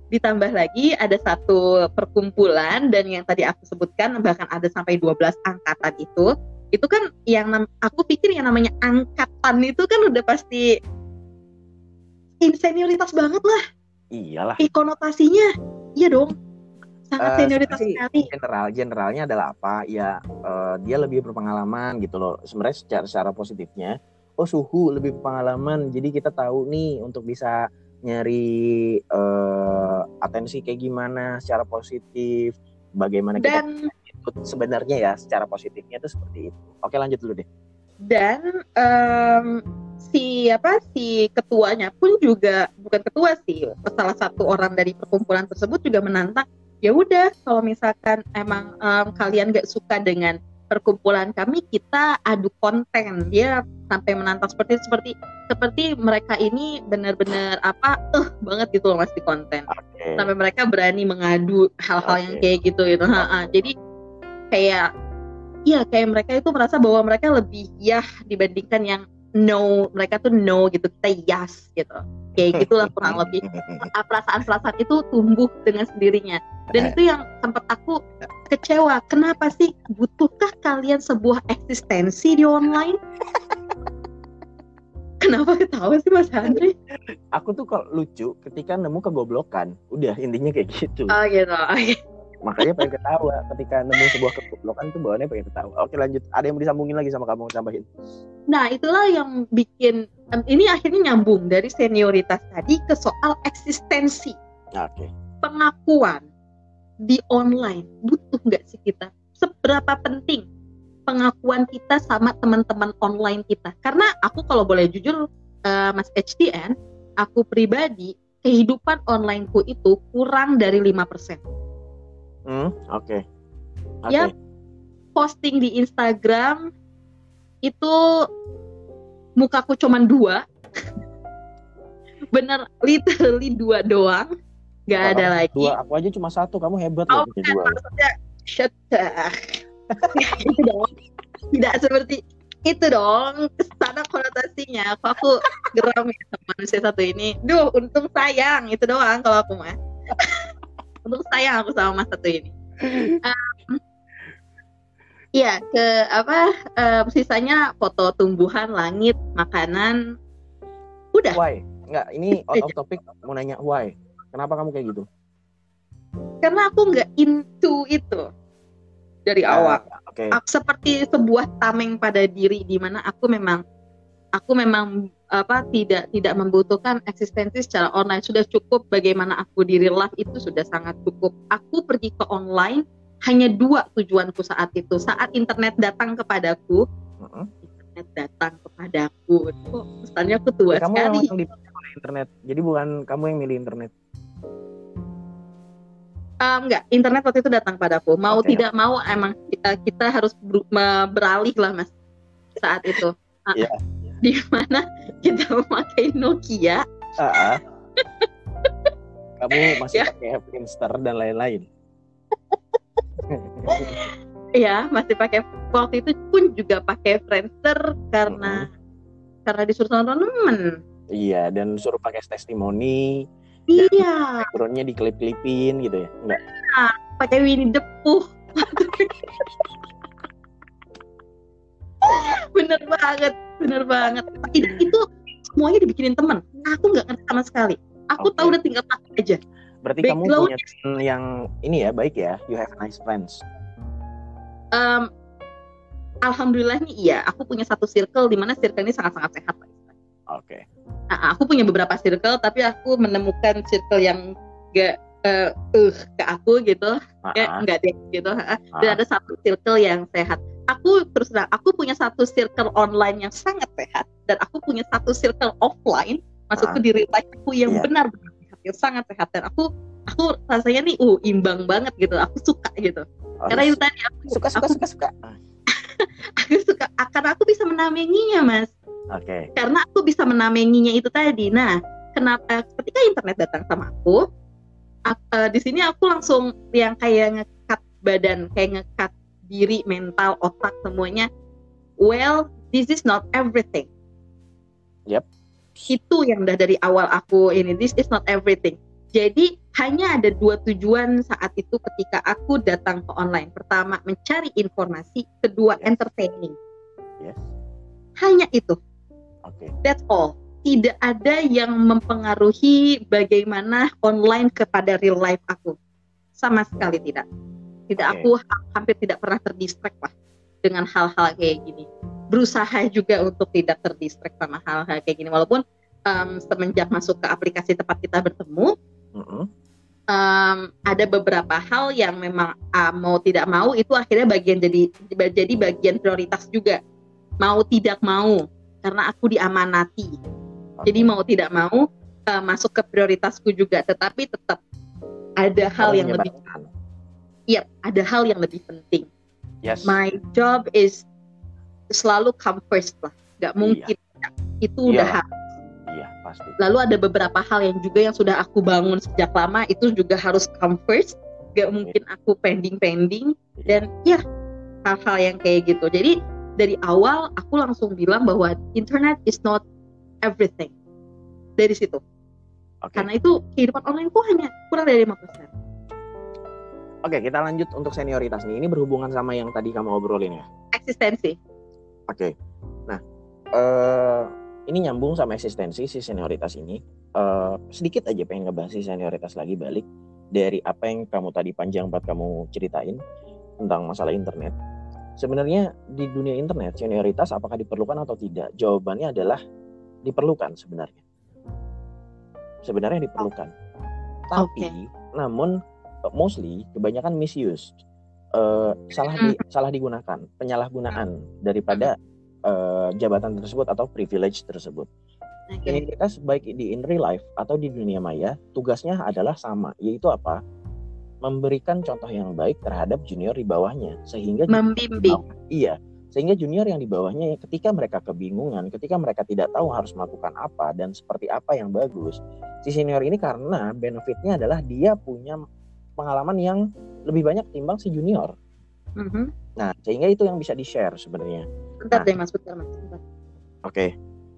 ditambah lagi ada satu perkumpulan, dan yang tadi aku sebutkan bahkan ada sampai dua belas angkatan itu. Itu kan yang aku pikir yang namanya angkatan itu kan udah pasti senioritas banget lah. Iyalah. Konotasinya, iya dong, sangat uh, senioritas sekali. General, generalnya adalah apa? Ya uh, dia lebih berpengalaman gitu loh. Sebenarnya secara, secara positifnya, oh Suhu lebih berpengalaman, jadi kita tahu nih untuk bisa nyari uh, atensi kayak gimana secara positif, bagaimana kita. Dan sebenarnya ya secara positifnya itu seperti itu. Oke, lanjut dulu deh. Dan um, si apa si ketuanya pun juga bukan ketua sih, salah satu orang dari perkumpulan tersebut juga menantang. Ya udah, kalau misalkan emang um, kalian gak suka dengan perkumpulan kami, kita adu konten. Dia sampai menantang seperti seperti seperti mereka ini benar-benar apa eh uh, banget gitu loh mas di konten. Okay. Sampai mereka berani mengadu hal-hal okay. yang kayak gitu gitu. Okay. Jadi kayak ya kayak mereka itu merasa bahwa mereka lebih yah dibandingkan yang no, mereka tuh no gitu, kita yes gitu, kayak gitulah kurang lebih. Perasaan-perasaan itu tumbuh dengan sendirinya, dan itu yang sempat aku kecewa. Kenapa sih, butuhkah kalian sebuah eksistensi di online? Kenapa ketawa sih Mas Andre? Aku tuh kalau lucu ketika nemu kegoblokan, udah intinya kayak gitu. Oh gitu, oke. Okay. Makanya pengen ketawa ketika nemu sebuah kegoblokan tuh bawaannya pengen ketawa. Oke, lanjut. Ada yang mau disambungin lagi sama kamu, tambahin? Nah, itulah yang bikin um, ini akhirnya nyambung dari senioritas tadi ke soal eksistensi. Oke. Okay. Pengakuan di online, butuh nggak sih kita? Seberapa penting pengakuan kita sama teman-teman online kita? Karena aku kalau boleh jujur, uh, Mas H D N, aku pribadi kehidupan onlineku itu kurang dari lima persen. Hmm, oke. Okay. Okay. Ya, posting di Instagram itu mukaku cuman dua. Bener, literally dua doang. Gak oh, ada lagi. Dua, aku aja cuma satu. Kamu hebat loh. Oh, kan, dua. Maksudnya, shut up. Itu dong. Tidak seperti itu dong. Kesana konotasinya. Kok aku geram ya sama manusia satu ini. Duh, untung sayang. Itu doang kalau aku mah. Untung sayang aku sama mas satu ini. Um, Iya, ke apa? Um, sisanya foto tumbuhan, langit, makanan, udah. Why? Enggak, ini out of topic. Mau nanya why? Kenapa kamu kayak gitu? Karena aku nggak into itu dari uh, awal. Okay. Aku, seperti sebuah tameng pada diri, di mana aku memang, aku memang apa tidak tidak membutuhkan eksistensi secara online. Sudah cukup bagaimana aku di real life, itu sudah sangat cukup. Aku pergi ke online hanya dua tujuanku saat itu. Saat internet datang kepadaku, uh-huh. internet datang kepadaku. Kok pesannya aku tua ya, sekali. Kamu yang dipilih internet, jadi bukan kamu yang milih internet. Um, enggak, internet waktu itu datang padaku. Mau okay. tidak mau emang kita, kita harus ber, beralih lah mas saat itu. Uh, yeah. Di mana kita memakai Nokia. Uh-huh. Kamu masih ya. pakai Friendster dan lain-lain. Iya, masih pakai, waktu itu pun juga pakai Friendster karena mm-hmm. karena disuruh sama teman. Iya, dan suruh pakai testimoni. Iya. Backgroundnya diklip-klipin gitu ya, enggak? Nah, pakai Winnie the Pooh. Bener banget, bener banget. Itu, itu semuanya dibikinin teman. Aku nggak ngerti sama sekali. Aku okay. tahu udah tinggal pakai aja. Berarti Background, kamu punya teman yang ini ya, baik ya, you have nice friends. Um, Alhamdulillah nih iya, aku punya satu circle di mana circle ini sangat-sangat sehat. Oke. Okay. Nah, aku punya beberapa circle, tapi aku menemukan circle yang gak uh, uh ke aku gitu, uh-huh. kayak nggak deh gitu. Uh-huh. Dan ada satu circle yang sehat. Aku terus terang, aku punya satu circle online yang sangat sehat, dan aku punya satu circle offline, maksudku uh-huh. di real life aku yang yeah. benar-benar sehat, yang sangat sehat, dan aku aku rasanya nih uh imbang banget gitu. Aku suka gitu. Oh, karena itu tadi aku suka suka aku, suka suka. aku suka karena aku bisa menamenginya, Mas. Oke. Okay. Karena aku bisa menamenginya itu tadi. Nah, kenapa ketika internet datang sama aku, aku uh, di sini aku langsung yang kayak ngekat badan, kayak ngekat diri, mental, otak, semuanya. Well, this is not everything. Yep. Itu yang udah dari awal aku ini, this is not everything. Jadi hanya ada dua tujuan saat itu ketika aku datang ke online. Pertama, mencari informasi. Kedua, Yes. entertaining. Yes. Hanya itu. Oke. Okay. That's all. Tidak ada yang mempengaruhi bagaimana online kepada real life aku. Sama sekali tidak. Tidak, Okay. aku ha- hampir tidak pernah terdistract lah dengan hal-hal kayak gini. Berusaha juga untuk tidak terdistract sama hal-hal kayak gini. Walaupun um, semenjak masuk ke aplikasi tempat kita bertemu, Mm-hmm. um, ada beberapa hal yang memang uh, mau tidak mau itu akhirnya bagian jadi jadi bagian prioritas juga. Mau tidak mau, karena aku diamanati. Okay. Jadi mau tidak mau uh, masuk ke prioritasku juga. Tetapi tetap ada hal Kamu yang lebih, menyebarkan. iya, ada hal yang lebih penting. Yes. My job is selalu come first lah. Gak mungkin. Iya. Itu udah Iyalah. hal. Iya, pasti. Lalu ada beberapa hal yang juga yang sudah aku bangun sejak lama itu juga harus come first. Gak mungkin aku pending-pending. Dan ya hal-hal yang kayak gitu. Jadi dari awal aku langsung bilang bahwa internet is not everything. Dari situ. Oke. Karena itu kehidupan online ku hanya kurang dari lima persen. Oke, kita lanjut untuk senioritas nih. Ini berhubungan sama yang tadi kamu obrolin ya. Eksistensi. Oke. Nah, eh ini nyambung sama eksistensi si senioritas ini. Uh, sedikit aja pengen ngebahas si senioritas lagi balik dari apa yang kamu tadi panjang banget kamu ceritain tentang masalah internet. Sebenarnya di dunia internet senioritas apakah diperlukan atau tidak? Jawabannya adalah diperlukan sebenarnya. Sebenarnya diperlukan. Tapi Okay. namun mostly kebanyakan misuse. Uh, salah di, salah digunakan, penyalahgunaan daripada uh, jabatan tersebut atau privilege tersebut. Okay. Senioritas baik di in real life atau di dunia maya tugasnya adalah sama, yaitu apa? Memberikan contoh yang baik terhadap junior di bawahnya, sehingga membimbing. Iya, sehingga junior yang di bawahnya ketika mereka kebingungan, ketika mereka tidak tahu harus melakukan apa dan seperti apa yang bagus, si senior ini karena benefitnya adalah dia punya pengalaman yang lebih banyak timbang si junior. Mm-hmm. Nah, sehingga itu yang bisa di-share sebenarnya. Bentar Nah. deh mas, bentar mas. Bentar. Oke. Okay.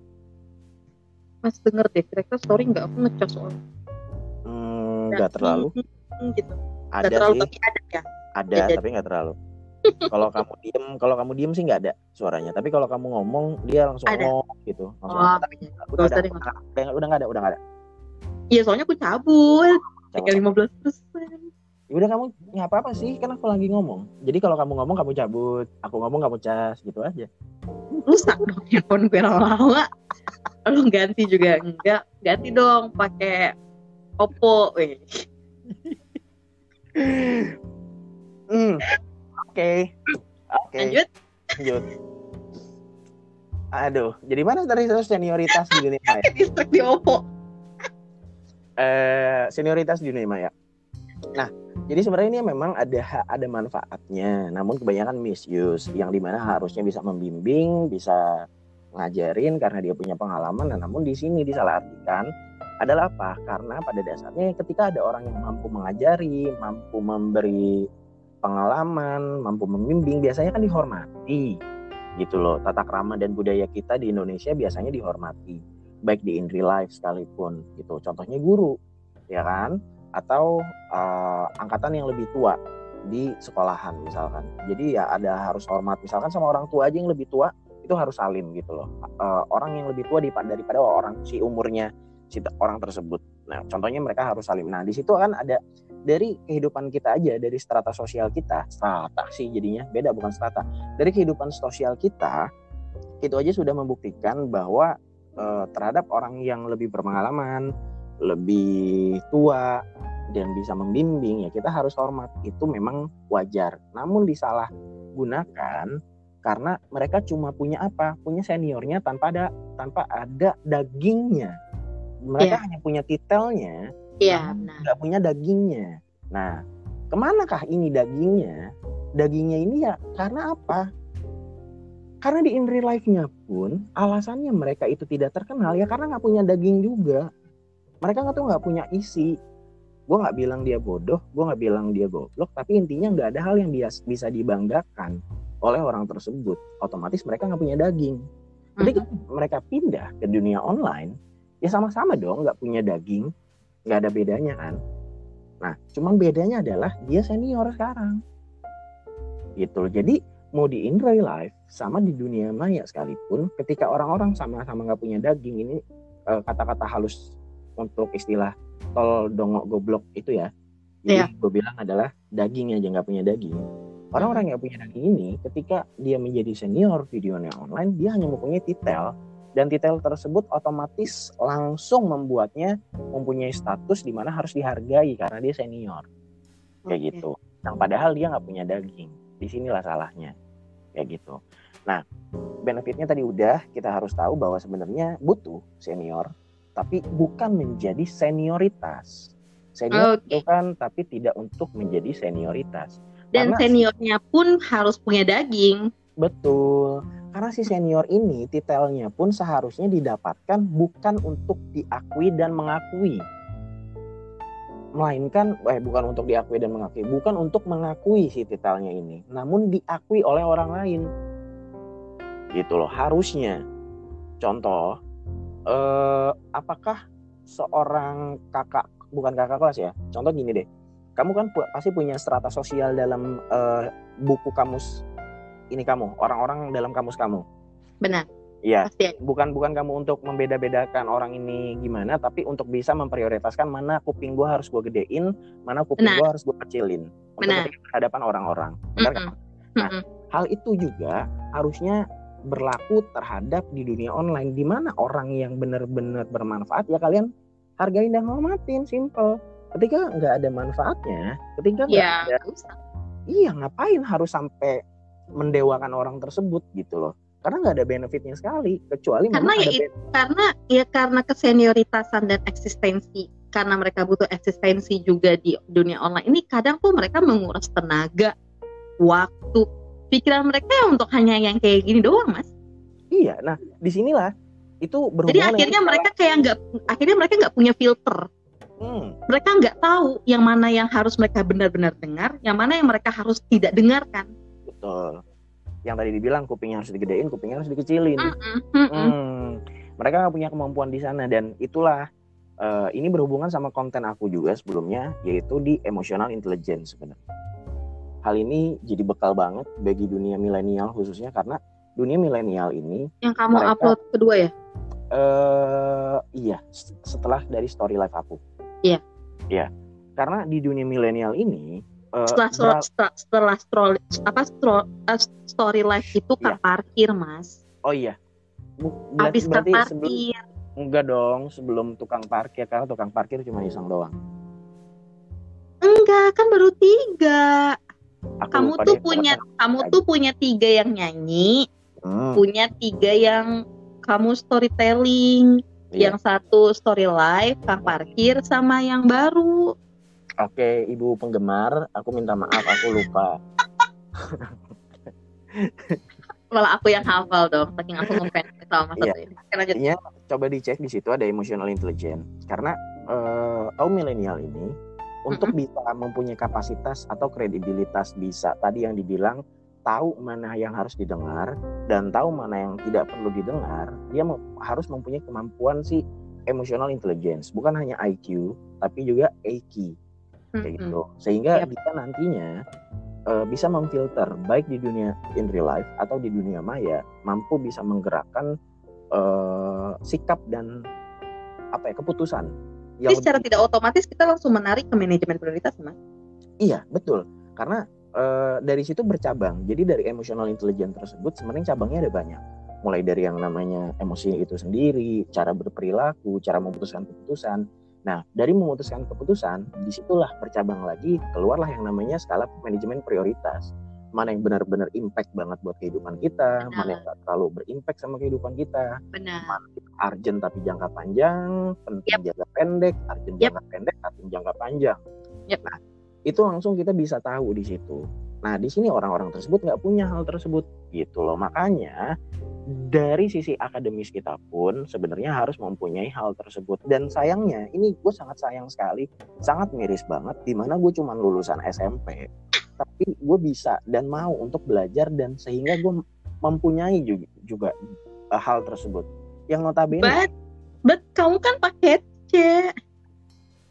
Mas denger deh, kira-kira story nggak aku ngecas soal. Hmm, nggak terlalu. Gitu. Ada gak terlalu, sih. tapi ada ya. Ada, ya, tapi nggak terlalu. Kalau kamu diem, kalau kamu diem sih nggak ada suaranya. Tapi kalau kamu ngomong, dia langsung ada. ngomong gitu. Langsung oh, tapi ya. udah, udah, ada, udah, udah, udah nggak ada, udah nggak ada. Iya, soalnya aku cabut. Tinggal lima belas persen. Ya udah kamu nggak apa-apa sih, kan aku lagi ngomong. Jadi kalau kamu ngomong kamu cabut, aku ngomong kamu cas, gitu aja. Rusak dong handphone gue lama-lama. Lo ganti juga enggak? Ganti dong pakai Oppo. Weh. Hmm. Oke. Oke. Lanjut. Lanjut. Aduh, jadi mana tadi senioritas di dunia maya? Distrik di Oppo. Eh, senioritas di dunia maya. Nah, jadi sebenarnya ini memang ada ada manfaatnya, namun kebanyakan misuse, yang dimana harusnya bisa membimbing, bisa ngajarin karena dia punya pengalaman. Nah, namun di sini disalahartikan adalah apa? Karena pada dasarnya ketika ada orang yang mampu mengajari, mampu memberi pengalaman, mampu membimbing, biasanya kan dihormati, gitu loh. Tata krama dan budaya kita di Indonesia biasanya dihormati, baik di in real life sekalipun, gitu. Contohnya guru, ya kan? Atau uh, angkatan yang lebih tua di sekolahan misalkan. Jadi ya ada harus hormat, misalkan sama orang tua aja yang lebih tua itu harus salim gitu loh. Uh, orang yang lebih tua daripada orang si umurnya si orang tersebut. Nah, contohnya mereka harus salim. Nah, di situ kan ada dari kehidupan kita aja, dari strata sosial kita, strata sih jadinya beda, bukan strata. Dari kehidupan sosial kita itu aja sudah membuktikan bahwa uh, terhadap orang yang lebih berpengalaman, lebih tua dan bisa membimbing, ya kita harus hormat. Itu memang wajar. Namun disalahgunakan karena mereka cuma punya apa? Punya seniornya tanpa ada tanpa ada dagingnya. Mereka yeah. hanya punya titelnya, yeah, nah. nggak punya dagingnya. Nah, kemanakah ini dagingnya? Dagingnya ini ya karena apa? Karena di in real life-nya pun alasannya mereka itu tidak terkenal ya karena nggak punya daging juga. Mereka nggak tuh nggak punya isi. Gue nggak bilang dia bodoh, gue nggak bilang dia goblok, tapi intinya nggak ada hal yang dia bisa dibanggakan oleh orang tersebut. Otomatis mereka nggak punya daging. Jadi mm-hmm. mereka pindah ke dunia online, ya sama-sama dong nggak punya daging. nggak ada bedanya kan. Nah, cuman bedanya adalah dia senior sekarang. Gitu. Jadi mau di in real life sama di dunia maya sekalipun, ketika orang-orang sama-sama nggak punya daging, ini uh, kata-kata halus untuk istilah tol dongok goblok itu ya. Jadi yeah. gue bilang adalah daging aja nggak punya daging. Orang-orang yang punya daging ini, ketika dia menjadi senior videonya online, dia hanya mempunyai titel, dan titel tersebut otomatis langsung membuatnya mempunyai status di mana harus dihargai karena dia senior, kayak okay. gitu. Yang padahal dia nggak punya daging. Disinilah salahnya, kayak gitu. Nah, benefitnya tadi udah, kita harus tahu bahwa sebenarnya butuh senior, tapi bukan menjadi senioritas. Senior okay. itu kan, tapi tidak untuk menjadi senioritas. Dan karena seniornya pun harus punya daging. Betul. Karena si senior ini titelnya pun seharusnya didapatkan bukan untuk diakui dan mengakui. Melainkan, eh bukan untuk diakui dan mengakui. Bukan untuk mengakui si titelnya ini. Namun diakui oleh orang lain. Gitu loh, harusnya. Contoh, eh, apakah seorang kakak, bukan kakak kelas ya. Contoh gini deh. Kamu kan pu- pasti punya strata sosial dalam uh, buku kamus ini kamu, orang-orang dalam kamus kamu. Benar. Iya. Bukan bukan kamu untuk membeda-bedakan orang ini gimana, tapi untuk bisa memprioritaskan mana kuping gue harus gue gedein, mana kuping gue harus gue kecilin. Benar. Untuk berhadapan orang-orang. Benar kan? Nah, Mm-mm. hal itu juga harusnya berlaku terhadap di dunia online, di mana orang yang benar-benar bermanfaat ya kalian hargain dan hormatin, simple. Ketika nggak ada manfaatnya, ketika nggak ya, ada, iya ngapain harus sampai mendewakan orang tersebut gitu loh? Karena nggak ada benefitnya sekali, kecuali karena ya, ada it, karena ya karena kesenioritasan dan eksistensi, karena mereka butuh eksistensi juga di dunia online ini, kadang tuh mereka menguras tenaga, waktu, pikiran mereka untuk hanya yang kayak gini doang, Mas. Iya, nah disinilah itu berhubungan. Jadi akhirnya mereka kayak nggak, akhirnya mereka nggak punya filter. Hmm. Mereka nggak tahu yang mana yang harus mereka benar-benar dengar, yang mana yang mereka harus tidak dengarkan. Betul. Yang tadi dibilang kupingnya harus digedein, kupingnya harus dikecilin. Mm-mm. Mm-mm. Hmm. Mereka nggak punya kemampuan di sana, dan itulah uh, ini berhubungan sama konten aku juga sebelumnya, yaitu di emotional intelligence sebenarnya. Hal ini jadi bekal banget bagi dunia milenial khususnya, karena dunia milenial ini. Yang kamu mereka, upload kedua ya? Uh, iya, setelah dari story live aku. Iya. Iya. Karena di dunia milenial ini uh, setelah beral- setelah, setelah stro, apa stro, uh, story live itu kan iya. Parkir, Mas. Oh iya. Ber- Habis berarti parkir. Sebelum, enggak dong, sebelum tukang parkir, karena tukang parkir cuma iseng doang. Enggak, kan baru tiga. Aku kamu tuh punya kamu aja. tuh punya tiga yang nyanyi, hmm. punya tiga yang kamu storytelling. Iya. Yang satu story live, Kang Parkir, sama yang baru. Oke, Ibu penggemar, aku minta maaf, aku lupa. Malah aku yang hafal dong, saking aku ngefans sama satu ini. Iya, coba dicek di situ ada emotional intelligence. Karena uh, kaum milenial ini untuk mm-hmm. bisa mempunyai kapasitas atau kredibilitas, bisa tadi yang dibilang tahu mana yang harus didengar dan tahu mana yang tidak perlu didengar, dia mau, harus mempunyai kemampuan si emotional intelligence, bukan hanya I Q tapi juga A Q, kayak mm-hmm. gitu, sehingga yep. kita nantinya uh, bisa memfilter baik di dunia in real life atau di dunia maya, mampu bisa menggerakkan uh, sikap dan apa ya keputusan. Jadi secara tidak otomatis kita langsung menarik ke manajemen prioritas, Mas. Iya betul, karena Uh, dari situ bercabang. Jadi dari emotional intelligence tersebut sebenarnya cabangnya ada banyak. Mulai dari yang namanya emosi itu sendiri, cara berperilaku, cara memutuskan keputusan. Nah, dari memutuskan keputusan, disitulah bercabang lagi, keluarlah yang namanya skala manajemen prioritas. Mana yang benar-benar impact banget buat kehidupan kita, Benar. mana yang gak terlalu berimpact sama kehidupan kita. Benar. Mana urgent tapi jangka panjang, penting yep. jangka pendek, urgent yep. jangka pendek, penting jangka panjang. Yep. Nah, itu langsung kita bisa tahu di situ. Nah, di sini orang-orang tersebut nggak punya hal tersebut, gitu loh. Makanya dari sisi akademis kita pun sebenarnya harus mempunyai hal tersebut. Dan sayangnya, ini gue sangat sayang sekali, sangat miris banget, di mana gue cuma lulusan S M P, tapi gue bisa dan mau untuk belajar dan sehingga gue mempunyai juga, juga uh, hal tersebut. Yang notabene. But, but kamu kan paket C.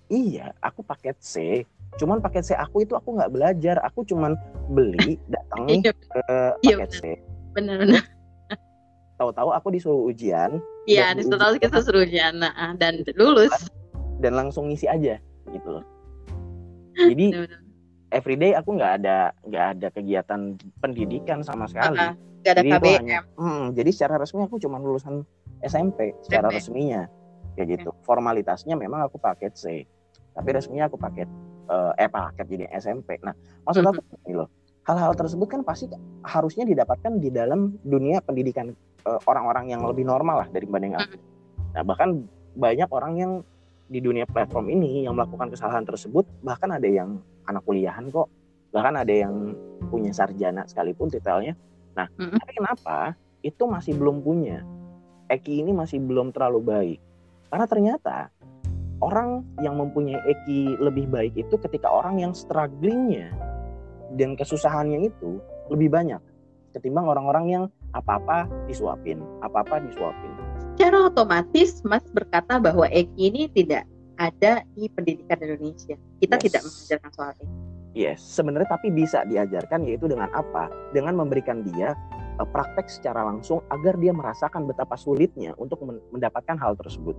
Iya, aku paket C. Cuman paket C aku itu aku nggak belajar, aku cuman beli, datang nih Iya, ke iya paket C. benar-benar. Tahu-tahu aku disuruh ujian Iya, dan di di ujian total kita suruh ujian nah, dan lulus. dan langsung ngisi aja gitu loh. Jadi Benar-benar. everyday aku nggak ada nggak ada kegiatan pendidikan sama sekali. Uh, gak ada Jadi itu K B M. hanya, hmm, jadi secara resmi aku cuma lulusan S M P secara S M P. resminya kayak gitu. Formalitasnya memang aku paket C, tapi resminya aku paket uh, eh paket jadi S M P. Nah, maksud aku Mhm. ini loh, hal-hal tersebut kan pasti harusnya didapatkan di dalam dunia pendidikan uh, orang-orang yang lebih normal lah dibanding aku. Mhm. Nah, bahkan banyak orang yang di dunia platform ini yang melakukan kesalahan tersebut, bahkan ada yang anak kuliahan kok, bahkan ada yang punya sarjana sekalipun titelnya. Nah, Mhm. tapi kenapa itu masih belum punya? E Q I ini masih belum terlalu baik. Karena ternyata orang yang mempunyai E Q I lebih baik itu ketika orang yang strugglingnya dan kesusahannya itu lebih banyak ketimbang orang-orang yang apa-apa disuapin, apa-apa disuapin. Secara otomatis Mas berkata bahwa E Q I ini tidak ada di pendidikan Indonesia. Kita Yes. tidak mengajarkan soal E Q I. Yes, sebenarnya tapi bisa diajarkan, yaitu dengan apa? Dengan memberikan dia uh, praktek secara langsung agar dia merasakan betapa sulitnya untuk men- mendapatkan hal tersebut.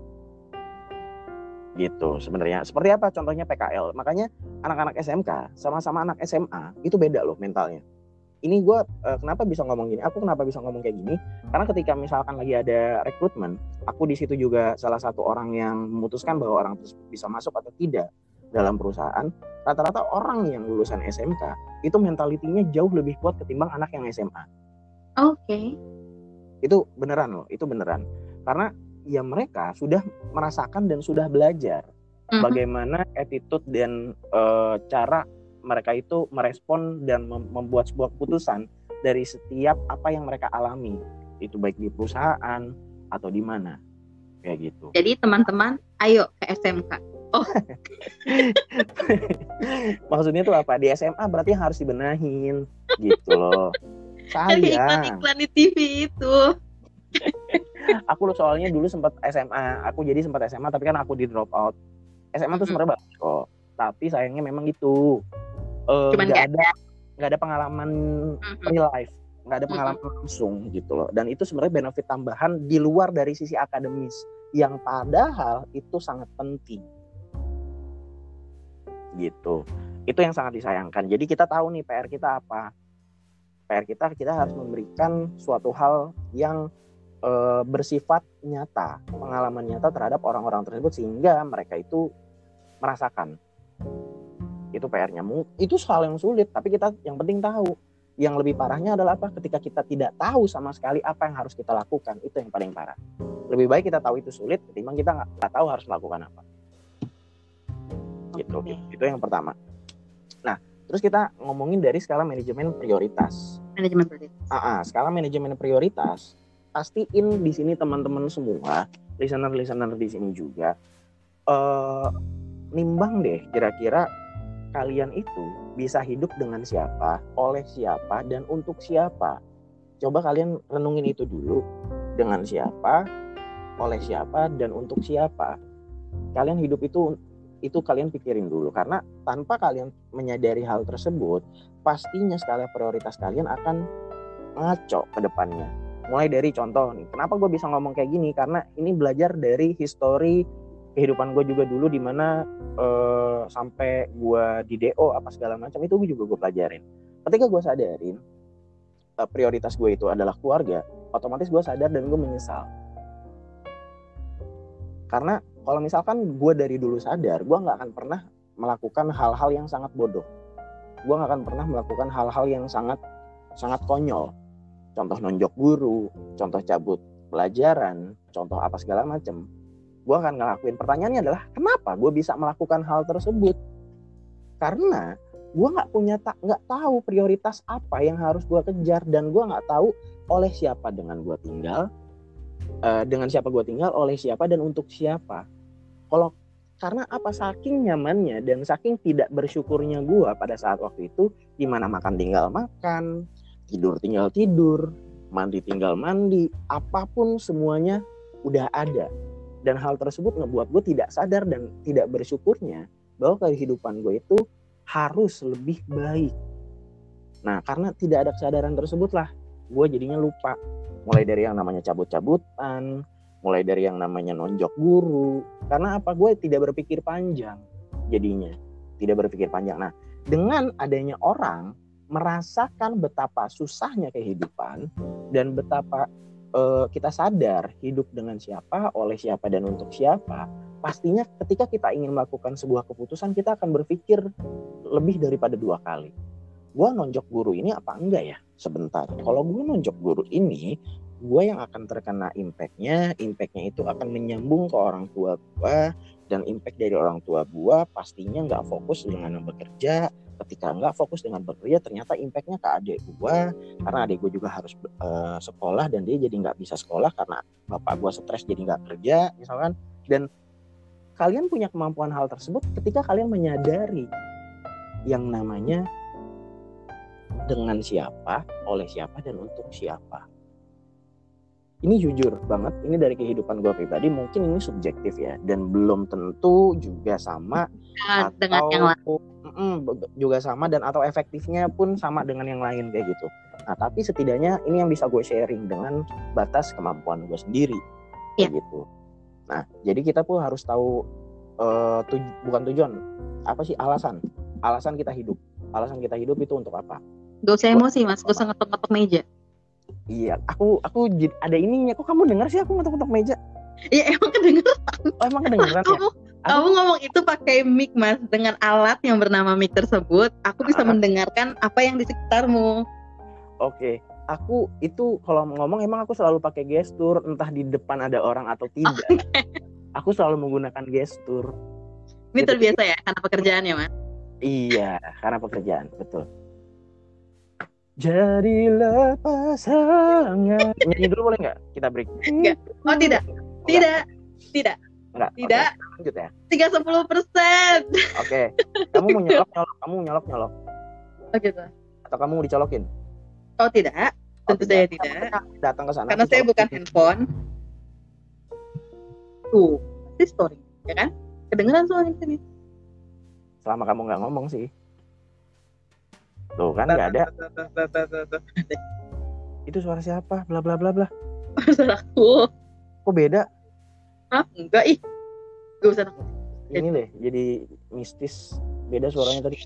Gitu sebenarnya. Seperti apa contohnya P K L. Makanya anak-anak S M K sama-sama anak S M A itu beda loh mentalnya. Ini gue uh, kenapa bisa ngomong gini? Aku kenapa bisa ngomong kayak gini? Karena ketika misalkan lagi ada rekrutmen, aku di situ juga salah satu orang yang memutuskan bahwa orang tersebut bisa masuk atau tidak dalam perusahaan. Rata-rata orang yang lulusan S M K itu mentalitinya jauh lebih kuat ketimbang anak yang S M A. Oke. Okay. Itu beneran loh, itu beneran. Karena ya mereka sudah merasakan dan sudah belajar mm-hmm. bagaimana attitude dan uh, cara mereka itu merespon dan mem- membuat sebuah keputusan dari setiap apa yang mereka alami, itu baik di perusahaan atau di mana, kayak gitu. Jadi teman-teman, ayo ke S M K. Oh, maksudnya tuh apa? Di S M A berarti harus dibenahin, gitu loh. Sayang. Iklan-iklan di T V itu. Aku loh soalnya dulu sempat S M A, aku jadi sempat S M A tapi kan aku di drop out. S M A mm-hmm. tuh sebenarnya bagus kok, tapi sayangnya memang gitu. Uh, Cuman nggak gak ada nggak ada pengalaman mm-hmm. real life, nggak ada pengalaman mm-hmm. langsung gitu loh. Dan itu sebenarnya benefit tambahan di luar dari sisi akademis yang padahal itu sangat penting gitu. Itu yang sangat disayangkan. Jadi kita tahu nih P R kita apa. P R kita kita harus memberikan suatu hal yang uh, bersifat nyata, pengalaman nyata terhadap orang-orang tersebut sehingga mereka itu merasakan. Itu P R-nya. Itu hal yang sulit, tapi kita yang penting tahu. Yang lebih parahnya adalah apa? Ketika kita tidak tahu sama sekali apa yang harus kita lakukan, itu yang paling parah. Lebih baik kita tahu itu sulit ketimbang kita nggak tahu harus melakukan apa. Gitu. Okay. Itu yang pertama. Nah, terus kita ngomongin dari skala manajemen prioritas. Manajemen prioritas. Ah, skala manajemen prioritas. Pastiin di sini teman-teman semua, listener-listener di sini juga, uh, nimbang deh kira-kira kalian itu bisa hidup dengan siapa, oleh siapa, dan untuk siapa. Coba kalian renungin itu dulu. Dengan siapa, oleh siapa, dan untuk siapa. Kalian hidup itu, itu kalian pikirin dulu. Karena tanpa kalian menyadari hal tersebut, pastinya skala prioritas kalian akan ngaco ke depannya. Mulai dari contoh nih, kenapa gue bisa ngomong kayak gini? Karena ini belajar dari history kehidupan gue juga dulu, di mana uh, sampai gue di D O apa segala macam itu gue juga gue pelajarin. Ketika gue sadarin uh, prioritas gue itu adalah keluarga, otomatis gue sadar dan gue menyesal. Karena kalau misalkan gue dari dulu sadar, gue nggak akan pernah melakukan hal-hal yang sangat bodoh. Gue nggak akan pernah melakukan hal-hal yang sangat sangat konyol. Contoh nonjok guru, contoh cabut pelajaran, contoh apa segala macam. Gue akan ngelakuin. Pertanyaannya adalah kenapa gue bisa melakukan hal tersebut? Karena gue nggak punya tak nggak tahu prioritas apa yang harus gue kejar, dan gue nggak tahu oleh siapa dengan gue tinggal, uh, dengan siapa gue tinggal, oleh siapa dan untuk siapa. Kalau karena apa, saking nyamannya dan saking tidak bersyukurnya gue pada saat waktu itu, di mana makan tinggal makan, tidur tinggal tidur, mandi tinggal mandi, apapun semuanya udah ada. Dan hal tersebut ngebuat gue tidak sadar dan tidak bersyukurnya bahwa kehidupan gue itu harus lebih baik. Nah, karena tidak ada kesadaran tersebut lah, gue jadinya lupa. Mulai dari yang namanya cabut-cabutan, mulai dari yang namanya nonjok guru. Karena apa? Gue tidak berpikir panjang jadinya. Tidak berpikir panjang. Nah, dengan adanya orang merasakan betapa susahnya kehidupan dan betapa Uh, kita sadar hidup dengan siapa, oleh siapa, dan untuk siapa, pastinya ketika kita ingin melakukan sebuah keputusan, kita akan berpikir lebih daripada dua kali. Gue nonjok guru ini apa enggak ya? Sebentar. Kalau gue nonjok guru ini, gue yang akan terkena impact-nya. Impact-nya itu akan menyambung ke orang tua gue. Dan impact dari orang tua gue pastinya nggak fokus dengan bekerja. Ketika nggak fokus dengan bekerja, ternyata impact-nya ke adik gue, karena adik gue juga harus uh, sekolah dan dia jadi nggak bisa sekolah karena bapak gue stres jadi nggak kerja misalkan. Dan kalian punya kemampuan hal tersebut ketika kalian menyadari yang namanya dengan siapa, oleh siapa, dan untuk siapa. Ini jujur banget, ini dari kehidupan gue pribadi, mungkin ini subjektif ya, dan belum tentu juga sama nah, atau dengan yang lain. Mm, juga sama dan atau efektifnya pun sama dengan yang lain kayak gitu. Nah, tapi setidaknya ini yang bisa gue sharing dengan batas kemampuan gue sendiri kayak ya. gitu. Nah, jadi kita pun harus tahu uh, tuj- bukan tujuan, apa sih alasan? Alasan kita hidup. Alasan kita hidup itu untuk apa? Gak usah emosi mas, gak usah ngetok-ngetok meja. Iya, aku aku ada ininya. Kok kamu dengar sih aku ngetok-ngetok meja? Iya emang kedengeran. Oh emang kedengeran ya? Aku... Kamu ngomong itu pakai mic mas, dengan alat yang bernama mic tersebut, aku bisa uh, mendengarkan apa yang di sekitarmu. Oke, okay. Aku itu kalau ngomong emang aku selalu pakai gestur, entah di depan ada orang atau tidak. Okay. Aku selalu menggunakan gestur. Ini gitu. Terbiasa ya, karena pekerjaan ya mas? Iya, karena pekerjaan, betul. Jadilah pasangan. Nyanyi dulu boleh nggak? Kita break. Enggak. Oh tidak, oh, tidak, tidak. Enggak, tidak. Okay. Lanjut ya. tiga ratus sepuluh persen. Oke. Kamu mau nyolok-nyolok, kamu nyolok-nyolok. Oh gitu. Atau kamu mau dicolokin? Oh tidak, tentu oh, saya tidak. Datang ke sana. Karena saya bukan handphone. Tuh, pasti story, ya kan? Kedengeran soalnya sini. Selama kamu nggak ngomong sih. Tuh kan nggak ada. Itu suara siapa? Bla bla bla bla. Suaraku. Kok beda? Hah? Enggak ih. Gak usah nakut. Ini deh, jadi mistis. Beda suaranya tadi.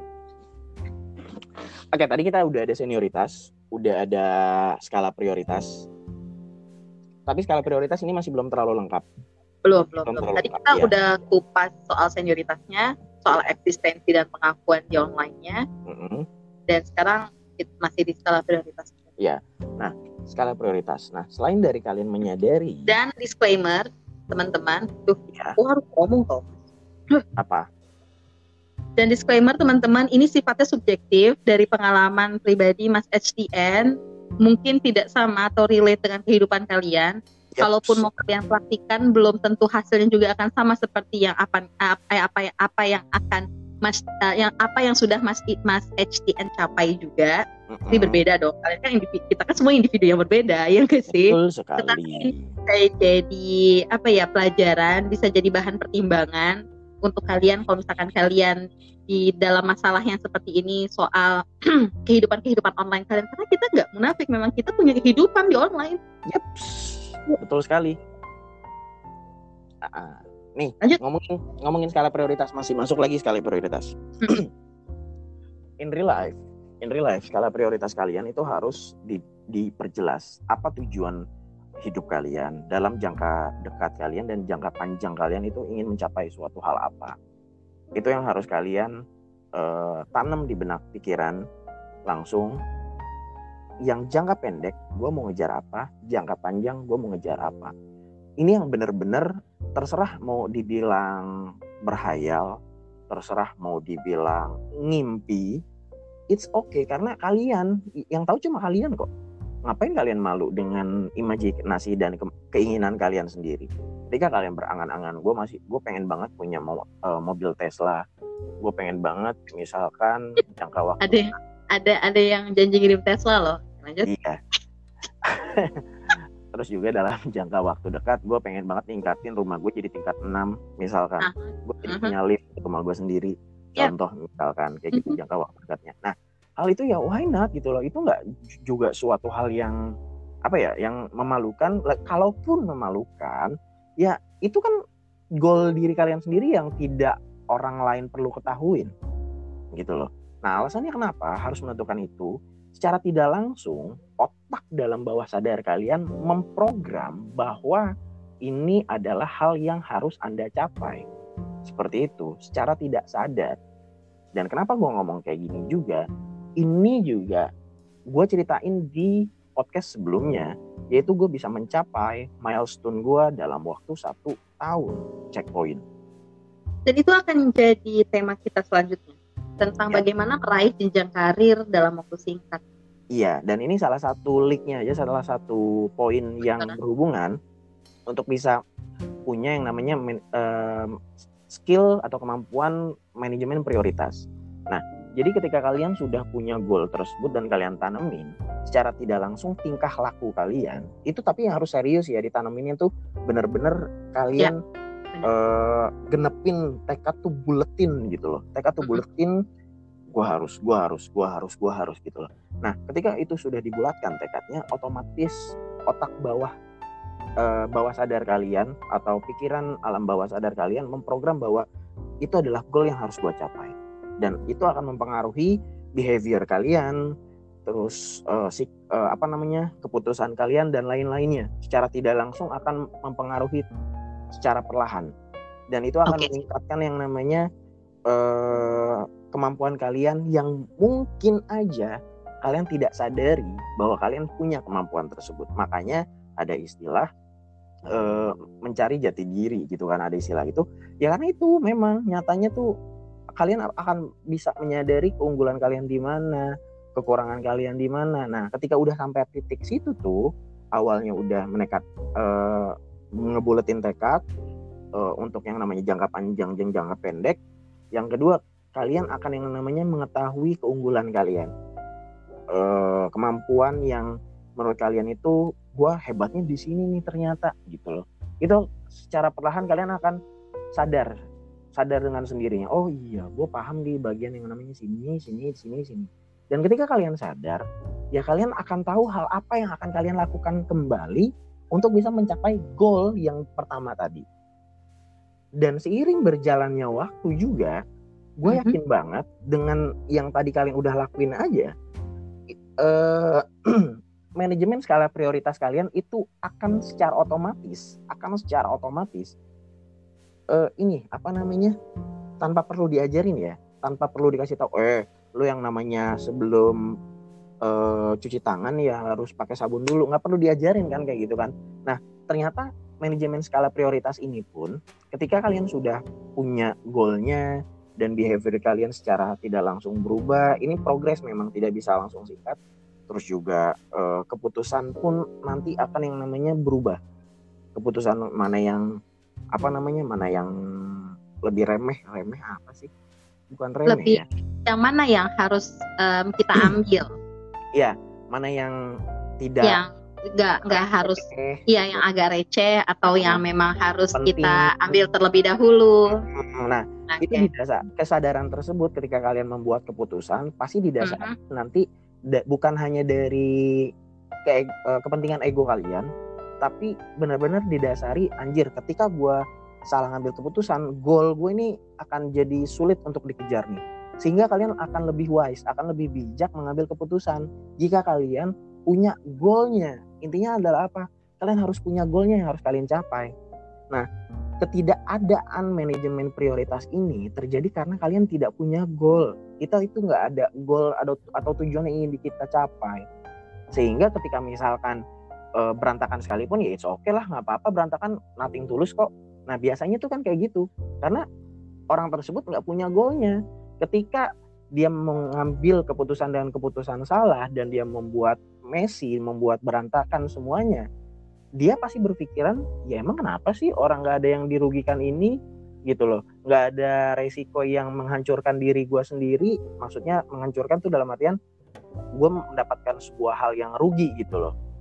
Oke, tadi kita udah ada senioritas, udah ada skala prioritas. Tapi skala prioritas ini masih belum terlalu lengkap. Belum, belum. belum. Tadi lengkap, kita ya. udah kupas soal senioritasnya, soal eksistensi dan pengakuan di online-nya. Mm-hmm. Dan sekarang masih di skala prioritas. Iya. Nah, skala prioritas. Nah, selain dari kalian menyadari. Dan disclaimer, teman-teman, tuh, ya. Aku harus ngomong toh. Apa? Dan disclaimer teman-teman, ini sifatnya subjektif dari pengalaman pribadi Mas H T N, mungkin tidak sama atau relate dengan kehidupan kalian. Yep. Kalaupun mau kalian praktikan, belum tentu hasilnya juga akan sama seperti yang apa apa apa, apa yang akan Mas uh, yang apa yang sudah Mas Mas H T N capai juga. Mm-hmm. Ini berbeda dong. Kalian kan individu, kita kan semua individu yang berbeda, ya nggak sih? Betul sekali. Tetapi kayak jadi apa ya pelajaran, bisa jadi bahan pertimbangan untuk kalian kalau misalkan kalian di dalam masalah yang seperti ini soal kehidupan-kehidupan online kalian, karena kita nggak munafik, memang kita punya kehidupan di online. Yep, betul sekali. Uh, nih, lanjut. ngomongin ngomongin skala prioritas, masih masuk lagi skala prioritas. in real life, in real life skala prioritas kalian itu harus di, diperjelas apa tujuan hidup kalian dalam jangka dekat kalian dan jangka panjang kalian itu ingin mencapai suatu hal apa. Itu yang harus kalian uh, tanam di benak pikiran langsung. Yang jangka pendek gue mau ngejar apa, jangka panjang gue mau ngejar apa. Ini yang benar-benar terserah mau dibilang berhayal, terserah mau dibilang ngimpi, it's okay karena kalian yang tahu cuma kalian kok. Ngapain kalian malu dengan imajinasi dan ke- keinginan kalian sendiri? Ketika kalian berangan-angan, gue masih, gue pengen banget punya mo- uh, mobil Tesla, gue pengen banget misalkan jangka waktu. Ada, ada, ada yang janji ngirim Tesla loh. Lanjut. Iya. terus juga dalam jangka waktu dekat gue pengen banget ningkatin rumah gue jadi tingkat enam misalkan. Ah, Gue jadi mhm. punya lift di rumah gue sendiri, Yap. contoh misalkan kayak gitu Mhm. jangka waktu dekatnya. Nah hal itu ya why not gitu loh, itu nggak j- juga suatu hal yang apa ya, yang memalukan. La- kalaupun memalukan ya itu kan goal diri kalian sendiri yang tidak orang lain perlu ketahuin gitu loh. Nah alasannya kenapa harus menentukan itu, secara tidak langsung otak dalam bawah sadar kalian memprogram bahwa ini adalah hal yang harus Anda capai. Seperti itu, secara tidak sadar. Dan kenapa gue ngomong kayak gini juga, ini juga gue ceritain di podcast sebelumnya, yaitu gue bisa mencapai milestone gue dalam waktu satu tahun checkpoint. Dan itu akan menjadi tema kita selanjutnya tentang Ya. bagaimana meraih jenjang karir dalam waktu singkat. Iya, dan ini salah satu linknya aja, salah satu poin yang berhubungan untuk bisa punya yang namanya men, um, skill atau kemampuan manajemen prioritas. Nah, jadi ketika kalian sudah punya goal tersebut dan kalian tanemin, secara tidak langsung tingkah laku kalian itu, tapi yang harus serius ya ditaneminnya tuh bener-bener kalian Ya, uh, genepin tekad tuh, buletin gitu loh. Tekad tuh buletin, gue harus, gue harus, gue harus, gue harus gitu loh. Nah, ketika itu sudah dibulatkan tekadnya, otomatis otak bawah uh, bawah sadar kalian atau pikiran alam bawah sadar kalian memprogram bahwa itu adalah goal yang harus gue capai, dan itu akan mempengaruhi behavior kalian, terus uh, si, uh, apa namanya keputusan kalian dan lain-lainnya. Secara tidak langsung akan mempengaruhi secara perlahan, dan itu akan Oke. meningkatkan yang namanya uh, kemampuan kalian yang mungkin aja kalian tidak sadari bahwa kalian punya kemampuan tersebut. Makanya ada istilah uh, mencari jati diri gitu kan, ada istilah itu ya, karena itu memang nyatanya tuh kalian akan bisa menyadari keunggulan kalian di mana, kekurangan kalian di mana. Nah ketika udah sampai titik situ tuh, awalnya udah menekat uh, ngebuletin tekad uh, untuk yang namanya jangka panjang dan jangka pendek. Yang kedua, kalian akan yang namanya mengetahui keunggulan kalian, uh, kemampuan yang menurut kalian itu, gue hebatnya di sini nih ternyata gitu loh. Itu secara perlahan kalian akan sadar, sadar dengan sendirinya. Oh iya, gue paham di bagian yang namanya sini, sini, sini, sini. Dan ketika kalian sadar, ya kalian akan tahu hal apa yang akan kalian lakukan kembali untuk bisa mencapai goal yang pertama tadi. Dan seiring berjalannya waktu juga, gue yakin mm-hmm. banget dengan yang tadi kalian udah lakuin aja, uh, manajemen skala prioritas kalian itu akan secara otomatis, akan secara otomatis uh, ini apa namanya, tanpa perlu diajarin ya, tanpa perlu dikasih tahu, eh lu yang namanya sebelum uh, cuci tangan ya harus pakai sabun dulu, nggak perlu diajarin kan kayak gitu kan. Nah ternyata manajemen skala prioritas ini pun ketika kalian sudah punya goalnya dan behavior kalian secara tidak langsung berubah, ini progres memang tidak bisa langsung singkat. Terus juga eh, keputusan pun nanti akan yang namanya berubah. Keputusan mana yang apa namanya, mana yang lebih remeh, remeh apa sih? Bukan remeh lebih, ya. Yang mana yang harus um, kita ambil? Iya, mana yang tidak. Yang nggak nggak harus, eh, ya yang agak receh atau nah, yang memang harus penting. Kita ambil terlebih dahulu. Nah, okay. Itu didasar kesadaran tersebut ketika kalian membuat keputusan pasti didasar mm-hmm. nanti da- bukan hanya dari ke- uh, kepentingan ego kalian, tapi benar-benar didasari, anjir ketika gue salah ngambil keputusan, goal gue ini akan jadi sulit untuk dikejar nih. Sehingga kalian akan lebih wise, akan lebih bijak mengambil keputusan jika kalian punya goalnya. Intinya adalah apa? Kalian harus punya goalnya yang harus kalian capai. Nah, ketidakadaan manajemen prioritas ini terjadi karena kalian tidak punya goal. Kita itu nggak ada goal atau, atau tujuan yang ingin kita capai. Sehingga ketika misalkan e, berantakan sekalipun, ya it's okay lah, nggak apa-apa berantakan, nothing tulus kok. Nah biasanya tuh kan kayak gitu, karena orang tersebut nggak punya goalnya. Ketika dia mengambil keputusan dengan keputusan salah dan dia membuat messy, membuat berantakan semuanya, dia pasti berpikiran, ya emang kenapa sih orang nggak ada yang dirugikan ini gitu loh, nggak ada resiko yang menghancurkan diri gue sendiri. Maksudnya menghancurkan tuh dalam artian gue mendapatkan sebuah hal yang rugi gitu loh.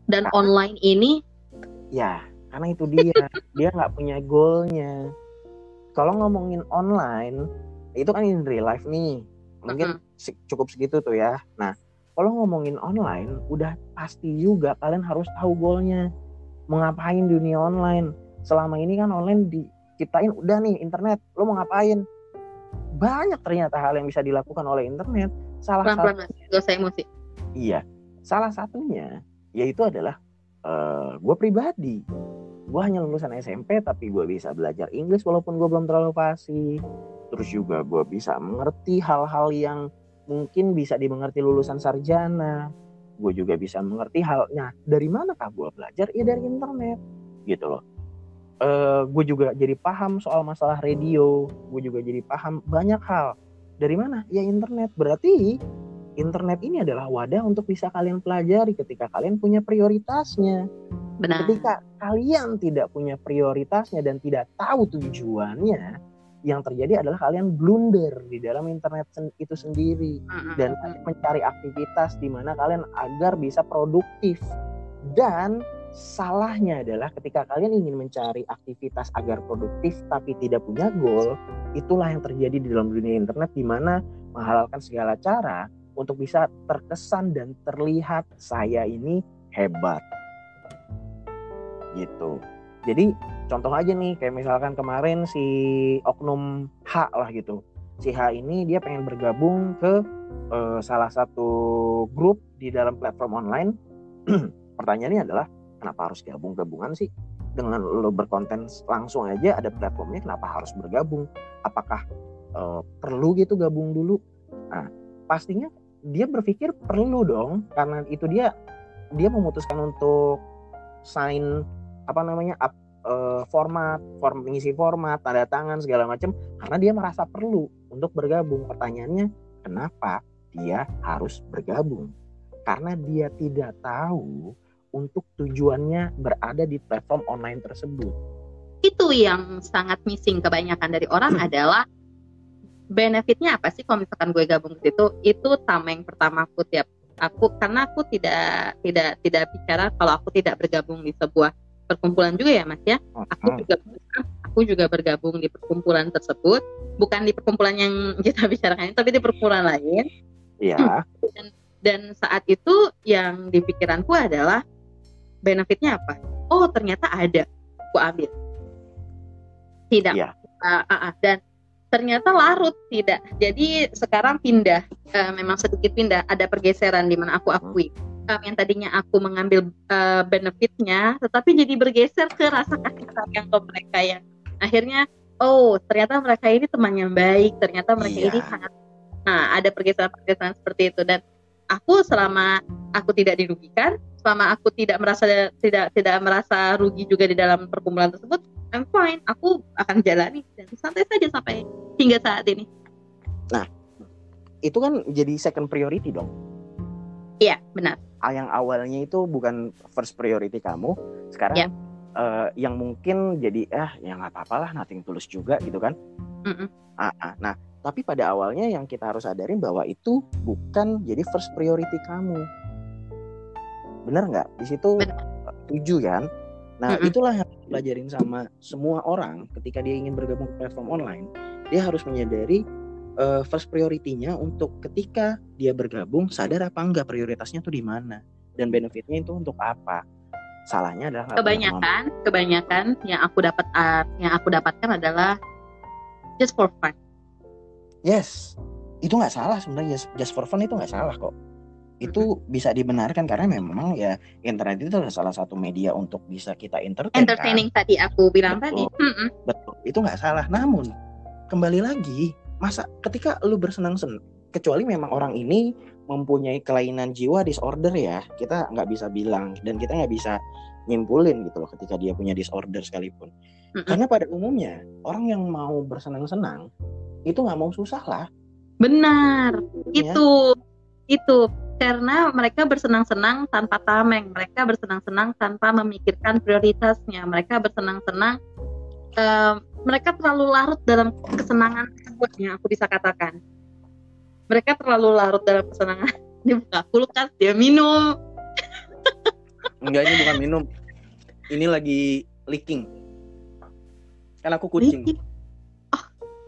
Dan online ini, ya karena itu dia, dia nggak punya goalnya. Kalau ngomongin online, itu kan in real life nih, mungkin uh-huh. cukup segitu tuh ya. Nah, kalau ngomongin online, udah pasti juga kalian harus tahu goalnya. Mau ngapain di dunia online? Selama ini kan online diciptain, udah nih internet, lo mau ngapain? Banyak ternyata hal yang bisa dilakukan oleh internet. Salah satu, gak usah emosi. Iya, salah satunya yaitu adalah uh, gue pribadi. Gue hanya lulusan S M P tapi gue bisa belajar Inggris walaupun gue belum terlalu fasih. Terus juga gue bisa mengerti hal-hal yang mungkin bisa dimengerti lulusan sarjana. Gue juga bisa mengerti halnya. Dari manakah gue belajar? Ya dari internet gitu loh. Uh, gue juga jadi paham soal masalah radio. Gue juga jadi paham banyak hal. Dari mana? Ya internet. Berarti internet ini adalah wadah untuk bisa kalian pelajari ketika kalian punya prioritasnya. Benar. Ketika kalian tidak punya prioritasnya dan tidak tahu tujuannya, yang terjadi adalah kalian blunder di dalam internet itu sendiri. Uh-huh. Dan mencari aktivitas di mana kalian agar bisa produktif. Dan salahnya adalah ketika kalian ingin mencari aktivitas agar produktif tapi tidak punya goal, itulah yang terjadi di dalam dunia internet, di mana menghalalkan segala cara untuk bisa terkesan dan terlihat saya ini hebat. Gitu. Jadi contoh aja nih, kayak misalkan kemarin si oknum H lah gitu. Si H ini dia pengen bergabung ke uh, salah satu grup di dalam platform online. Pertanyaannya adalah, kenapa harus gabung-gabungan sih? Dengan lo berkonten langsung aja ada platformnya, kenapa harus bergabung? Apakah uh, perlu gitu gabung dulu? Nah, pastinya dia berpikir perlu dong, karena itu dia dia memutuskan untuk sign apa namanya up, uh, format, form mengisi format, tanda tangan segala macam, karena dia merasa perlu untuk bergabung. Pertanyaannya, kenapa dia harus bergabung? Karena dia tidak tahu untuk tujuannya berada di platform online tersebut. Itu yang sangat missing kebanyakan dari orang adalah benefitnya apa sih kalau misalkan gue gabung ke situ? Itu tameng pertama aku tiap aku karena aku tidak tidak tidak bicara kalau aku tidak bergabung di sebuah perkumpulan juga ya Mas ya. Aku juga aku juga bergabung di perkumpulan tersebut, bukan di perkumpulan yang kita bicarakan tapi di perkumpulan lain. Iya. Dan, dan saat itu yang di pikiranku adalah benefitnya apa? Oh ternyata ada, aku ambil. Tidak. Iya. Uh, uh, uh, dan ternyata larut tidak. Jadi sekarang pindah, uh, memang sedikit pindah, ada pergeseran di mana aku akui. Um, yang tadinya aku mengambil uh, benefitnya, tetapi jadi bergeser ke rasa kasih sayang ke mereka yang akhirnya, oh ternyata mereka ini teman yang baik, ternyata mereka iya. ini sangat, nah ada pergeseran-pergeseran seperti itu. Dan aku selama aku tidak dirugikan, selama aku tidak merasa tidak tidak merasa rugi juga di dalam perkumpulan tersebut, I'm fine, aku akan jalani dan santai saja sampai hingga saat ini. Nah, itu kan jadi second priority dong. Iya, benar. Yang awalnya itu bukan first priority kamu, sekarang ya. uh, yang mungkin jadi ah ya nggak apa-apa lah, nothing tulus juga gitu kan. Ah, ah. Nah, tapi pada awalnya yang kita harus sadarin bahwa itu bukan jadi first priority kamu. Benar nggak? Di situ tujuh kan. Nah, Mm-mm. itulah yang pelajarin sama semua orang ketika dia ingin bergabung ke platform online. Dia harus menyadari uh, first priority-nya untuk ketika dia bergabung, sadar apa enggak prioritasnya tuh di mana dan benefitnya itu untuk apa. Salahnya adalah kebanyakan kebanyakan yang aku dapat uh, yang aku dapatkan adalah just for fun. Yes. Itu enggak salah sebenarnya, just for fun itu enggak salah kok. Itu bisa dibenarkan karena memang ya internet itu adalah salah satu media untuk bisa kita entertain. Entertaining kan? Tadi aku bilang betul, tadi. Mm-mm. Betul, itu nggak salah. Namun kembali lagi, masa ketika lu bersenang-senang, kecuali memang orang ini mempunyai kelainan jiwa disorder ya, kita nggak bisa bilang dan kita nggak bisa nyimpulin gitu loh ketika dia punya disorder sekalipun. Mm-mm. Karena pada umumnya orang yang mau bersenang-senang itu nggak mau susah lah. Benar, ya. itu itu. Karena mereka bersenang-senang tanpa tameng, mereka bersenang-senang tanpa memikirkan prioritasnya, mereka bersenang-senang, uh, mereka terlalu larut dalam kesenangan tersebut yang aku bisa katakan. Mereka terlalu larut dalam kesenangan, dia buka kulkas, dia minum. Enggak, ini bukan minum. Ini lagi leaking. Kan aku kucing. Leaking. Oh.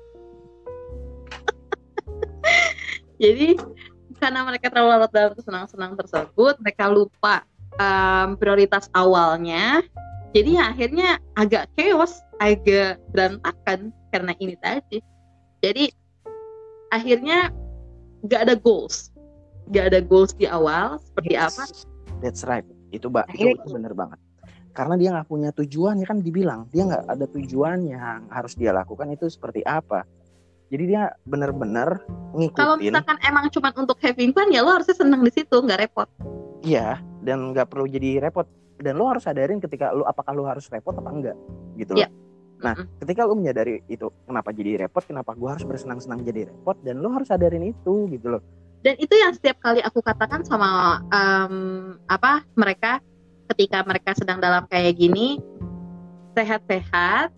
Jadi karena mereka terlalu larut dalam kesenang-senang tersebut, mereka lupa um, prioritas awalnya. Jadi ya akhirnya agak chaos, agak berantakan karena ini tadi. Jadi akhirnya nggak ada goals, nggak ada goals di awal seperti Yes, apa? That's right. Itu mbak, itu, itu benar banget. Karena dia nggak punya tujuan, ya kan dibilang dia nggak ada tujuan yang harus dia lakukan itu seperti apa. Jadi dia benar-benar ngikutin. Kalau misalkan emang cuma untuk having fun, ya lo harusnya senang di situ, nggak repot. Iya, dan nggak perlu jadi repot. Dan lo harus sadarin ketika lo apakah lo harus repot apa enggak, gitu loh. Yeah. Nah, mm-hmm. ketika lo menyadari itu, kenapa jadi repot, kenapa gue harus bersenang-senang jadi repot, dan lo harus sadarin itu, gitu loh. Dan itu yang setiap kali aku katakan sama um, apa mereka ketika mereka sedang dalam kayak gini, sehat-sehat,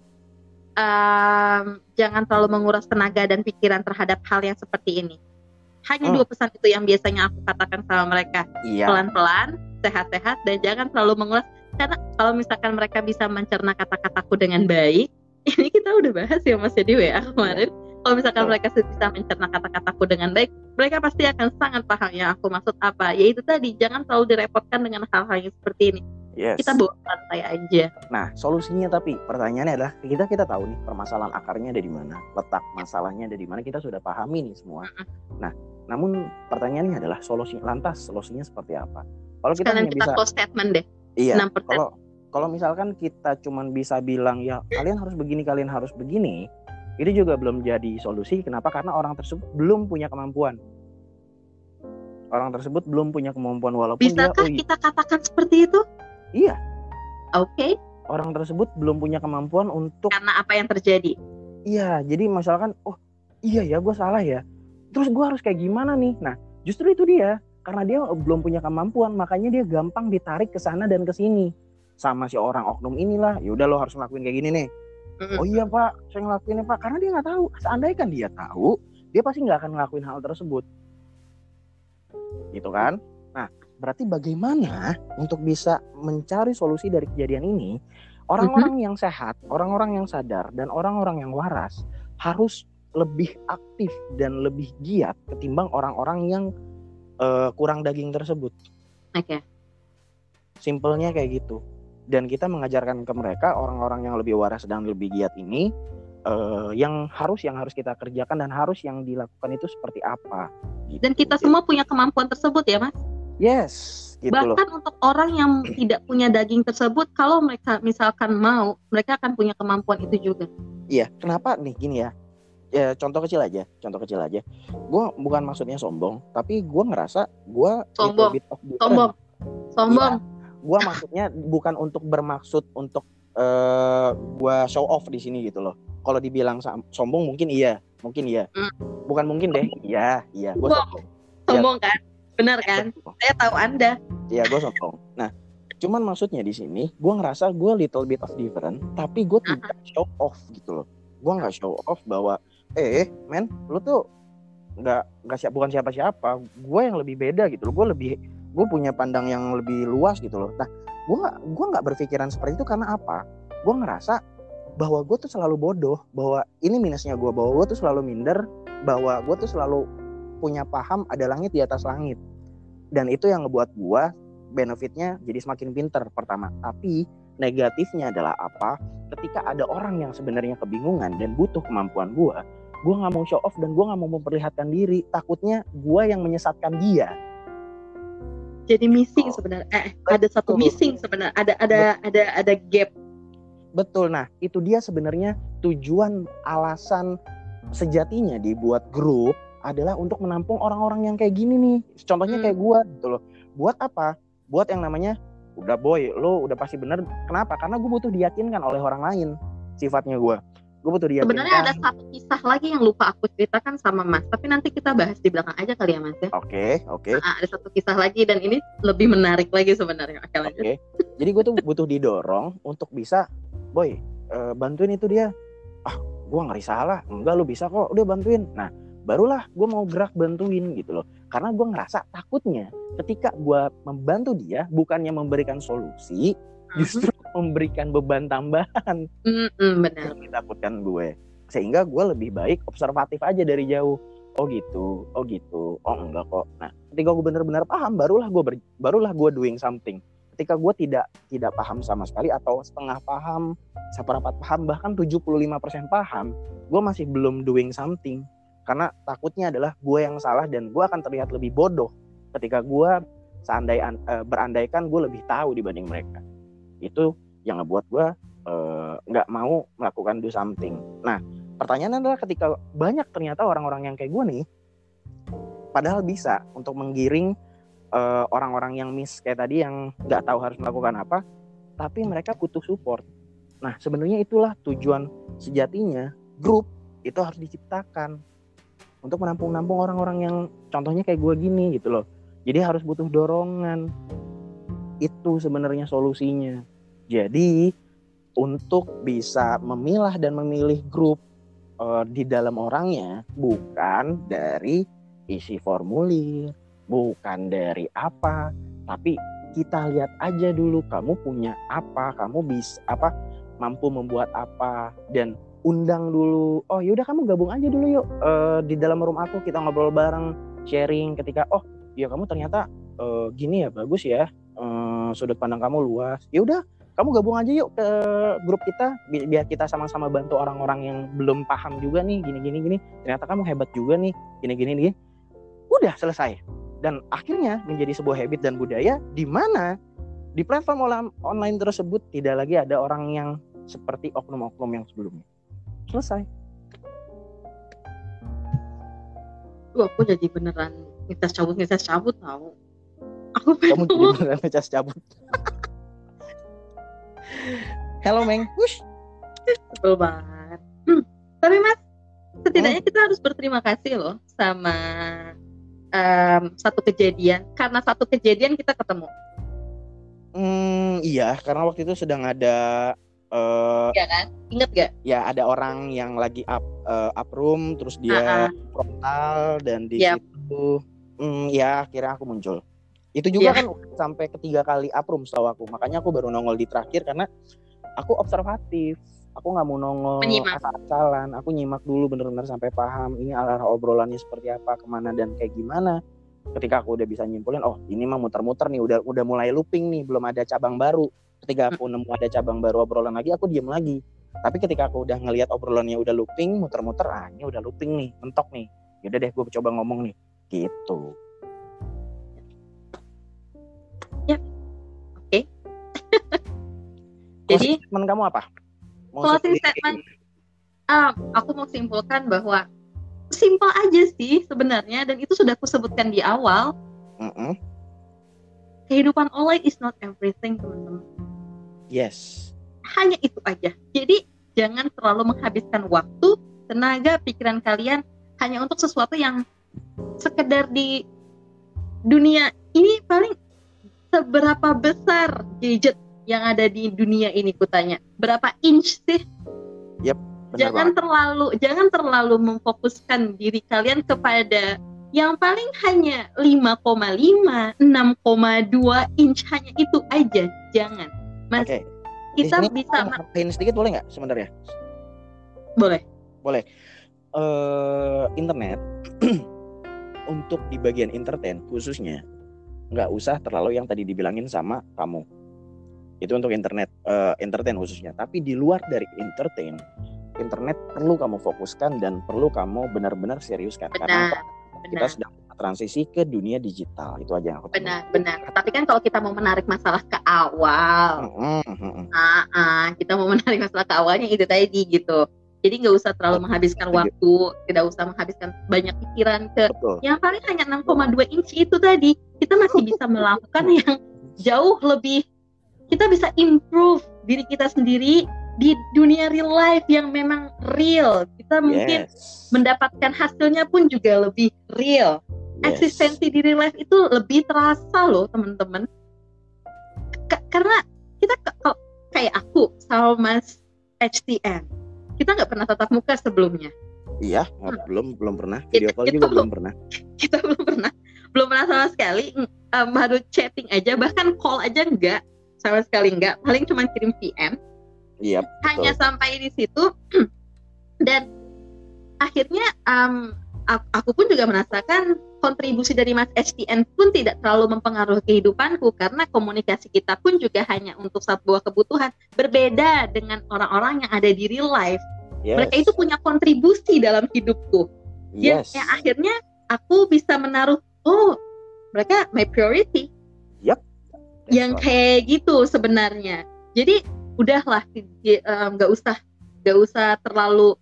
um, jangan terlalu menguras tenaga dan pikiran terhadap hal yang seperti ini. Hanya hmm. dua pesan itu yang biasanya aku katakan sama mereka. Iya. Pelan-pelan, sehat-sehat, dan jangan terlalu menguras. Karena kalau misalkan mereka bisa mencerna kata-kataku dengan baik, ini kita udah bahas ya Mas di W A kemarin. Kalau misalkan oh. mereka bisa mencerna kata-kataku dengan baik, mereka pasti akan sangat paham yang aku maksud apa. Yaitu tadi, jangan terlalu direpotkan dengan hal-hal yang seperti ini. Yes. Kita bawa santai aja. Nah, solusinya tapi pertanyaannya adalah kita kita tahu nih permasalahan akarnya ada di mana, letak masalahnya ada di mana, kita sudah pahami nih semua. Uh-uh. Nah, namun pertanyaannya adalah solusi lantas solusinya seperti apa? Kalau kita Sekalian hanya kita bisa close statement deh. Iya. Kalau kalau misalkan kita cuman bisa bilang ya kalian harus begini, kalian harus begini, itu juga belum jadi solusi. Kenapa? Karena orang tersebut belum punya kemampuan. Orang tersebut belum punya kemampuan walaupun Bisakah dia. Bisakah oh, kita katakan seperti itu? Iya. Oke. Okay. Orang tersebut belum punya kemampuan untuk. Karena apa yang terjadi? Iya. Jadi misalkan, oh iya ya gue salah ya. Terus gue harus kayak gimana nih? Nah, justru itu dia. Karena dia belum punya kemampuan, makanya dia gampang ditarik ke sana dan ke sini. Sama si orang oknum inilah. Ya udah lo harus ngelakuin kayak gini nih. Mm-hmm. Oh iya Pak, saya ngelakuinnya Pak. Karena dia nggak tahu. Seandainya kan dia tahu, dia pasti nggak akan ngelakuin hal tersebut. Gitu kan? Nah, berarti bagaimana untuk bisa mencari solusi dari kejadian ini? Orang-orang mm-hmm. yang sehat, orang-orang yang sadar, dan orang-orang yang waras harus lebih aktif dan lebih giat ketimbang orang-orang yang uh, kurang daging tersebut. Oke. Okay. Simpelnya kayak gitu. Dan kita mengajarkan ke mereka orang-orang yang lebih waras dan lebih giat ini uh, yang harus yang harus kita kerjakan dan harus yang dilakukan itu seperti apa. Gitu. Dan kita semua punya kemampuan tersebut ya Mas? Yes. Gitu Bahkan loh. Untuk orang yang tidak punya daging tersebut, kalau mereka misalkan mau, mereka akan punya kemampuan itu juga. Iya. Kenapa nih gini ya? Ya, contoh kecil aja, contoh kecil aja. Gue bukan maksudnya sombong, tapi gue ngerasa gue sombong, sombong, sombong. Ya, gue maksudnya bukan untuk bermaksud untuk uh, gue show off di sini gitu loh. Kalau dibilang sombong mungkin iya, mungkin iya. Hmm. Bukan mungkin deh, iya, iya. Gue sombong. Sombong ya. Kan, benar kan? Sombong. Saya tahu Anda. Iya, gue sombong. Nah, cuman maksudnya di sini, gue ngerasa gue little bit of different, tapi gue uh-huh. tidak show off gitu loh. Gue nggak show off bahwa eh men lu tuh nggak nggak siap bukan siapa-siapa, gue yang lebih beda gitu loh, gue lebih gue punya pandang yang lebih luas gitu loh. Nah gue nggak gue nggak berpikiran seperti itu karena apa? Gue ngerasa bahwa gue tuh selalu bodoh, bahwa ini minusnya gue, bahwa gue tuh selalu minder, bahwa gue tuh selalu punya paham ada langit di atas langit, dan itu yang ngebuat gue benefitnya jadi semakin pinter pertama. Tapi negatifnya adalah apa? Ketika ada orang yang sebenarnya kebingungan dan butuh kemampuan gue, gue nggak mau show off dan gue nggak mau memperlihatkan diri, takutnya gue yang menyesatkan dia. Jadi missing oh. sebenarnya, eh Betul. ada satu missing sebenarnya, ada ada Betul. ada ada gap. Betul, nah itu dia sebenarnya tujuan alasan sejatinya dibuat grup adalah untuk menampung orang-orang yang kayak gini nih. Contohnya hmm. kayak gue gitu loh. Buat apa? Buat yang namanya udah boy, lo udah pasti bener. Kenapa? Karena gue butuh diyakinkan oleh orang lain sifatnya gue. Gue butuh diyakinkan. Sebenarnya ada satu kisah lagi yang lupa aku ceritakan sama Mas, tapi nanti kita bahas di belakang aja kali ya Mas ya. Oke, okay, oke. Okay. Nah, ada satu kisah lagi dan ini lebih menarik lagi sebenarnya. Oke, lanjut. Okay. Jadi gue tuh butuh didorong untuk bisa, boy, uh, bantuin itu dia. Ah, gue nggak salah. Enggak, lu bisa kok. Udah bantuin. Nah, barulah gue mau gerak bantuin gitu loh. Karena gue ngerasa takutnya ketika gue membantu dia bukannya memberikan solusi, justru memberikan beban tambahan. Mm-mm, benar. Yang ditakutkan gue. Sehingga gue lebih baik observatif aja dari jauh. Oh gitu, oh gitu, oh enggak kok. Nah, ketika gue benar-benar paham, barulah gue ber, barulah gue doing something. Ketika gue tidak tidak paham sama sekali atau setengah paham, seperempat paham, bahkan tujuh puluh lima persen paham, gue masih belum doing something. Karena takutnya adalah gue yang salah dan gue akan terlihat lebih bodoh ketika gue seandai uh, berandaikan gue lebih tahu dibanding mereka. Itu yang ngebuat gue nggak uh, mau melakukan do something. Nah, pertanyaan adalah ketika banyak ternyata orang-orang yang kayak gue nih, padahal bisa untuk menggiring uh, orang-orang yang miss kayak tadi yang nggak tahu harus melakukan apa, tapi mereka butuh support. Nah, sebenarnya itulah tujuan sejatinya grup itu harus diciptakan untuk menampung-nampung orang-orang yang contohnya kayak gue gini gitu loh. Jadi harus butuh dorongan. Itu sebenarnya solusinya. Jadi untuk bisa memilah dan memilih grup di dalam orangnya bukan dari isi formulir, bukan dari apa, tapi kita lihat aja dulu kamu punya apa, kamu bisa apa, mampu membuat apa, dan undang dulu. Oh yaudah kamu gabung aja dulu yuk uh, di dalam room aku, kita ngobrol bareng, sharing. Ketika oh ya kamu ternyata uh, gini ya, bagus ya, uh, sudut pandang kamu luas. Yaudah kamu gabung aja yuk ke grup kita bi- biar kita sama-sama bantu orang-orang yang belum paham juga nih gini-gini gini. Ternyata kamu hebat juga nih gini-gini nih. Udah selesai. Dan akhirnya menjadi sebuah habit dan budaya di mana di platform online tersebut tidak lagi ada orang yang seperti oknum-oknum yang sebelumnya. Selesai. Duh, aku jadi beneran ngecas cabut ngecas cabut tahu. Aku Kamu jadi beneran ngecas cabut. Hello Meng, wush. Betul banget. Hmm. Tapi Mas, setidaknya hmm. kita harus berterima kasih loh sama um, satu kejadian. Karena satu kejadian kita ketemu. Hmm, iya, karena waktu itu sedang ada. Uh, ya kan? Ingat gak? Ya ada orang yang lagi up uh, up room, terus dia uh-uh. frontal dan di yep. situ, hmm, ya akhirnya aku muncul. Itu juga yeah. kan sampai ketiga kali uproom setahu aku. Makanya aku baru nongol di terakhir karena aku observatif. Aku nggak mau nongol asal-asalan. Aku nyimak dulu benar-benar sampai paham ini arah obrolannya seperti apa, kemana dan kayak gimana. Ketika aku udah bisa nyimpulin, oh ini mah muter-muter nih, udah udah mulai looping nih, belum ada cabang baru. Ketika aku nemu ada cabang baru obrolan lagi, aku diem lagi. Tapi ketika aku udah ngelihat obrolannya udah looping, muter-muter, ah ini udah looping nih, mentok nih. Yaudah deh, gue coba ngomong nih, gitu. Ya, oke. Okay. Jadi statement kamu apa? Mau closing statement, uh, aku mau simpulkan bahwa simpel aja sih sebenarnya, dan itu sudah aku sebutkan di awal. Uh-uh. Kehidupan online is not everything, teman-teman. Yes. Hanya itu aja. Jadi jangan terlalu menghabiskan waktu, tenaga, pikiran kalian hanya untuk sesuatu yang sekedar di dunia ini. Paling seberapa besar gadget yang ada di dunia ini, kutanya berapa inch sih? Yep, jangan banget. terlalu jangan terlalu memfokuskan diri kalian kepada yang paling hanya lima koma lima, enam koma dua inch, hanya itu aja. Jangan, Mas. Okay. Kita Disini bisa nambahin sedikit boleh nggak sebenarnya? Boleh. Boleh. Uh, internet untuk di bagian entertain khususnya nggak usah terlalu yang tadi dibilangin sama kamu. Itu untuk internet, uh, entertain khususnya. Tapi di luar dari entertain, internet perlu kamu fokuskan dan perlu kamu benar-benar seriuskan. Benar, karena kita benar. sedang transisi ke dunia digital. Itu aja yang aku benar, tahu. Benar. Tapi kan kalau kita mau menarik masalah ke awal, mm-hmm. uh, uh, kita mau menarik masalah ke awalnya itu tadi gitu. Jadi nggak usah terlalu menghabiskan waktu, tidak usah menghabiskan banyak pikiran ke Betul. yang paling hanya enam koma dua inch itu tadi. Kita masih bisa melakukan yang jauh lebih. Kita bisa improve diri kita sendiri di dunia real life yang memang real. Kita mungkin yes. mendapatkan hasilnya pun juga lebih real. Yes. Eksistensi di real life itu lebih terasa loh, teman-teman. K- karena kita k- kayak aku sama Mas H T M, kita nggak pernah tatap muka sebelumnya. Iya, Hmm. belum belum pernah. Video Kita, call kita juga belum belum pernah. kita belum pernah belum pernah sama sekali. Um, baru chatting aja, bahkan call aja enggak, sama sekali enggak. Paling cuma kirim V M. Iya, Hanya betul. sampai di situ. Dan akhirnya um, a- aku pun juga merasakan kontribusi dari Mas H T N pun tidak terlalu mempengaruhi kehidupanku, karena komunikasi kita pun juga hanya untuk sebuah kebutuhan, berbeda dengan orang-orang yang ada di real life. Yes. Mereka itu punya kontribusi dalam hidupku. Yang, Yes. yang akhirnya aku bisa menaruh, oh mereka my priority. Yep. That's Yang right. kayak gitu sebenarnya. Jadi udahlah, nggak um, usah nggak usah terlalu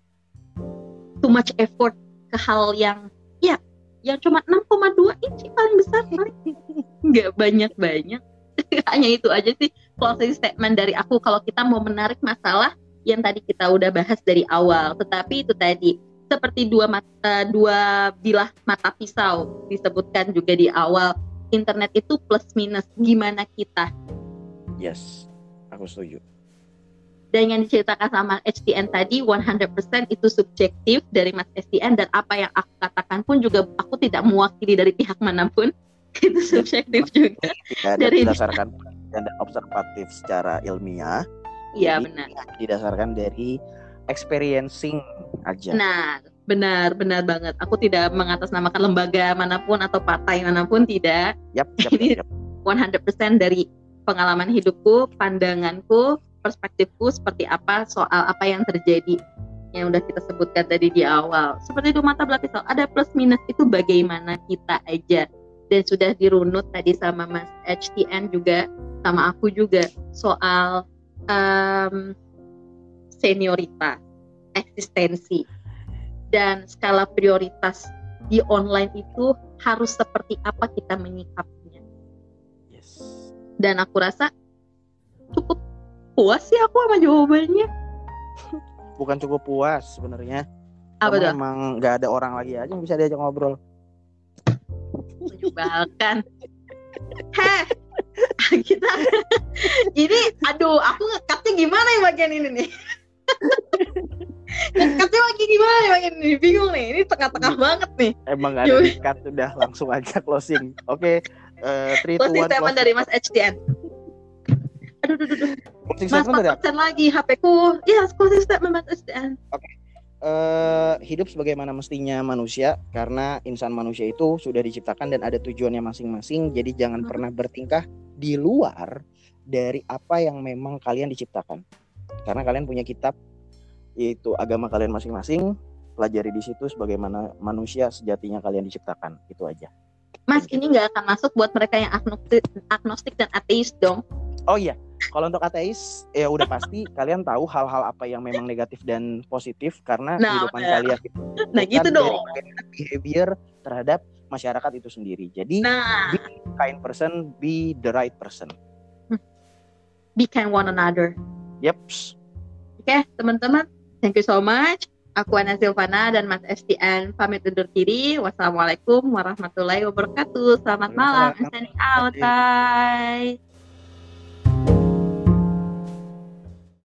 too much effort ke hal yang ya yang cuma enam koma dua inci paling besar, nggak banyak-banyak. Hanya itu aja sih closing statement dari aku kalau kita mau menarik masalah yang tadi kita udah bahas dari awal. Tetapi itu tadi seperti dua mata, dua bilah mata pisau disebutkan juga di awal. Internet itu plus minus, gimana kita. Yes, aku setuju. Dan yang diceritakan sama H T N tadi seratus persen itu subjektif dari Mas H T N, dan apa yang aku katakan pun juga aku tidak mewakili dari pihak manapun. Itu subjektif juga. Ya, Dari berdasarkan dan observatif secara ilmiah. Iya, Jadi, benar. Didasarkan dari experiencing aja. Nah, benar, benar banget. Aku tidak mengatasnamakan lembaga manapun atau partai manapun, tidak. Yap, yap, Ini yap, yap. seratus persen dari pengalaman hidupku, pandanganku, perspektifku seperti apa soal apa yang terjadi yang udah kita sebutkan tadi di awal. Seperti itu mata belah pisau, ada plus minus, itu bagaimana kita aja. Dan sudah dirunut tadi sama Mas H T N juga, sama aku juga, soal um, senioritas, eksistensi, dan skala prioritas di online itu harus seperti apa kita menyikapinya. Yes. Dan aku rasa cukup puas sih aku sama jawabannya. Bukan cukup puas sebenarnya. Apa tuh? Emang nggak ada orang lagi aja yang bisa diajak ngobrol. Menyebalkan. Heh, kita ini, aduh, aku ngekatnya gimana ya bagian ini nih? Ngekatnya bagian gimana ya bagian ini? Bingung nih, ini tengah-tengah banget nih. Emang nggak ada di cut, udah langsung aja closing. Oke, uh, three, two, Closing one, statement dari Mas H T N. Aduh, aduh, aduh. Closing Mas, statement dari empat persen lagi H P-ku. Iya, closing statement Mas H T N. Oke. Uh, hidup sebagaimana mestinya manusia, karena insan manusia itu sudah diciptakan dan ada tujuannya masing-masing. Jadi jangan hmm. pernah bertingkah di luar dari apa yang memang kalian diciptakan. Karena kalian punya kitab, yaitu agama kalian masing-masing. Pelajari di situ sebagaimana manusia sejatinya kalian diciptakan. Itu aja. Mas, ini nggak akan masuk buat mereka yang agnostik, agnostik dan ateis dong. Oh iya, kalau untuk ateis ya udah pasti kalian tahu hal-hal apa yang memang negatif dan positif karena nah, kehidupan udah. kalian nah gitu dong behavior terhadap masyarakat itu sendiri. Jadi nah. be kind person, be the right person. Be kind one another. Yep. Oke, okay, teman-teman, thank you so much. Aku Ana Silvana dan Mas H T N pamit undur diri. Wassalamualaikum warahmatullahi wabarakatuh. Selamat malam. Standing out. Bye.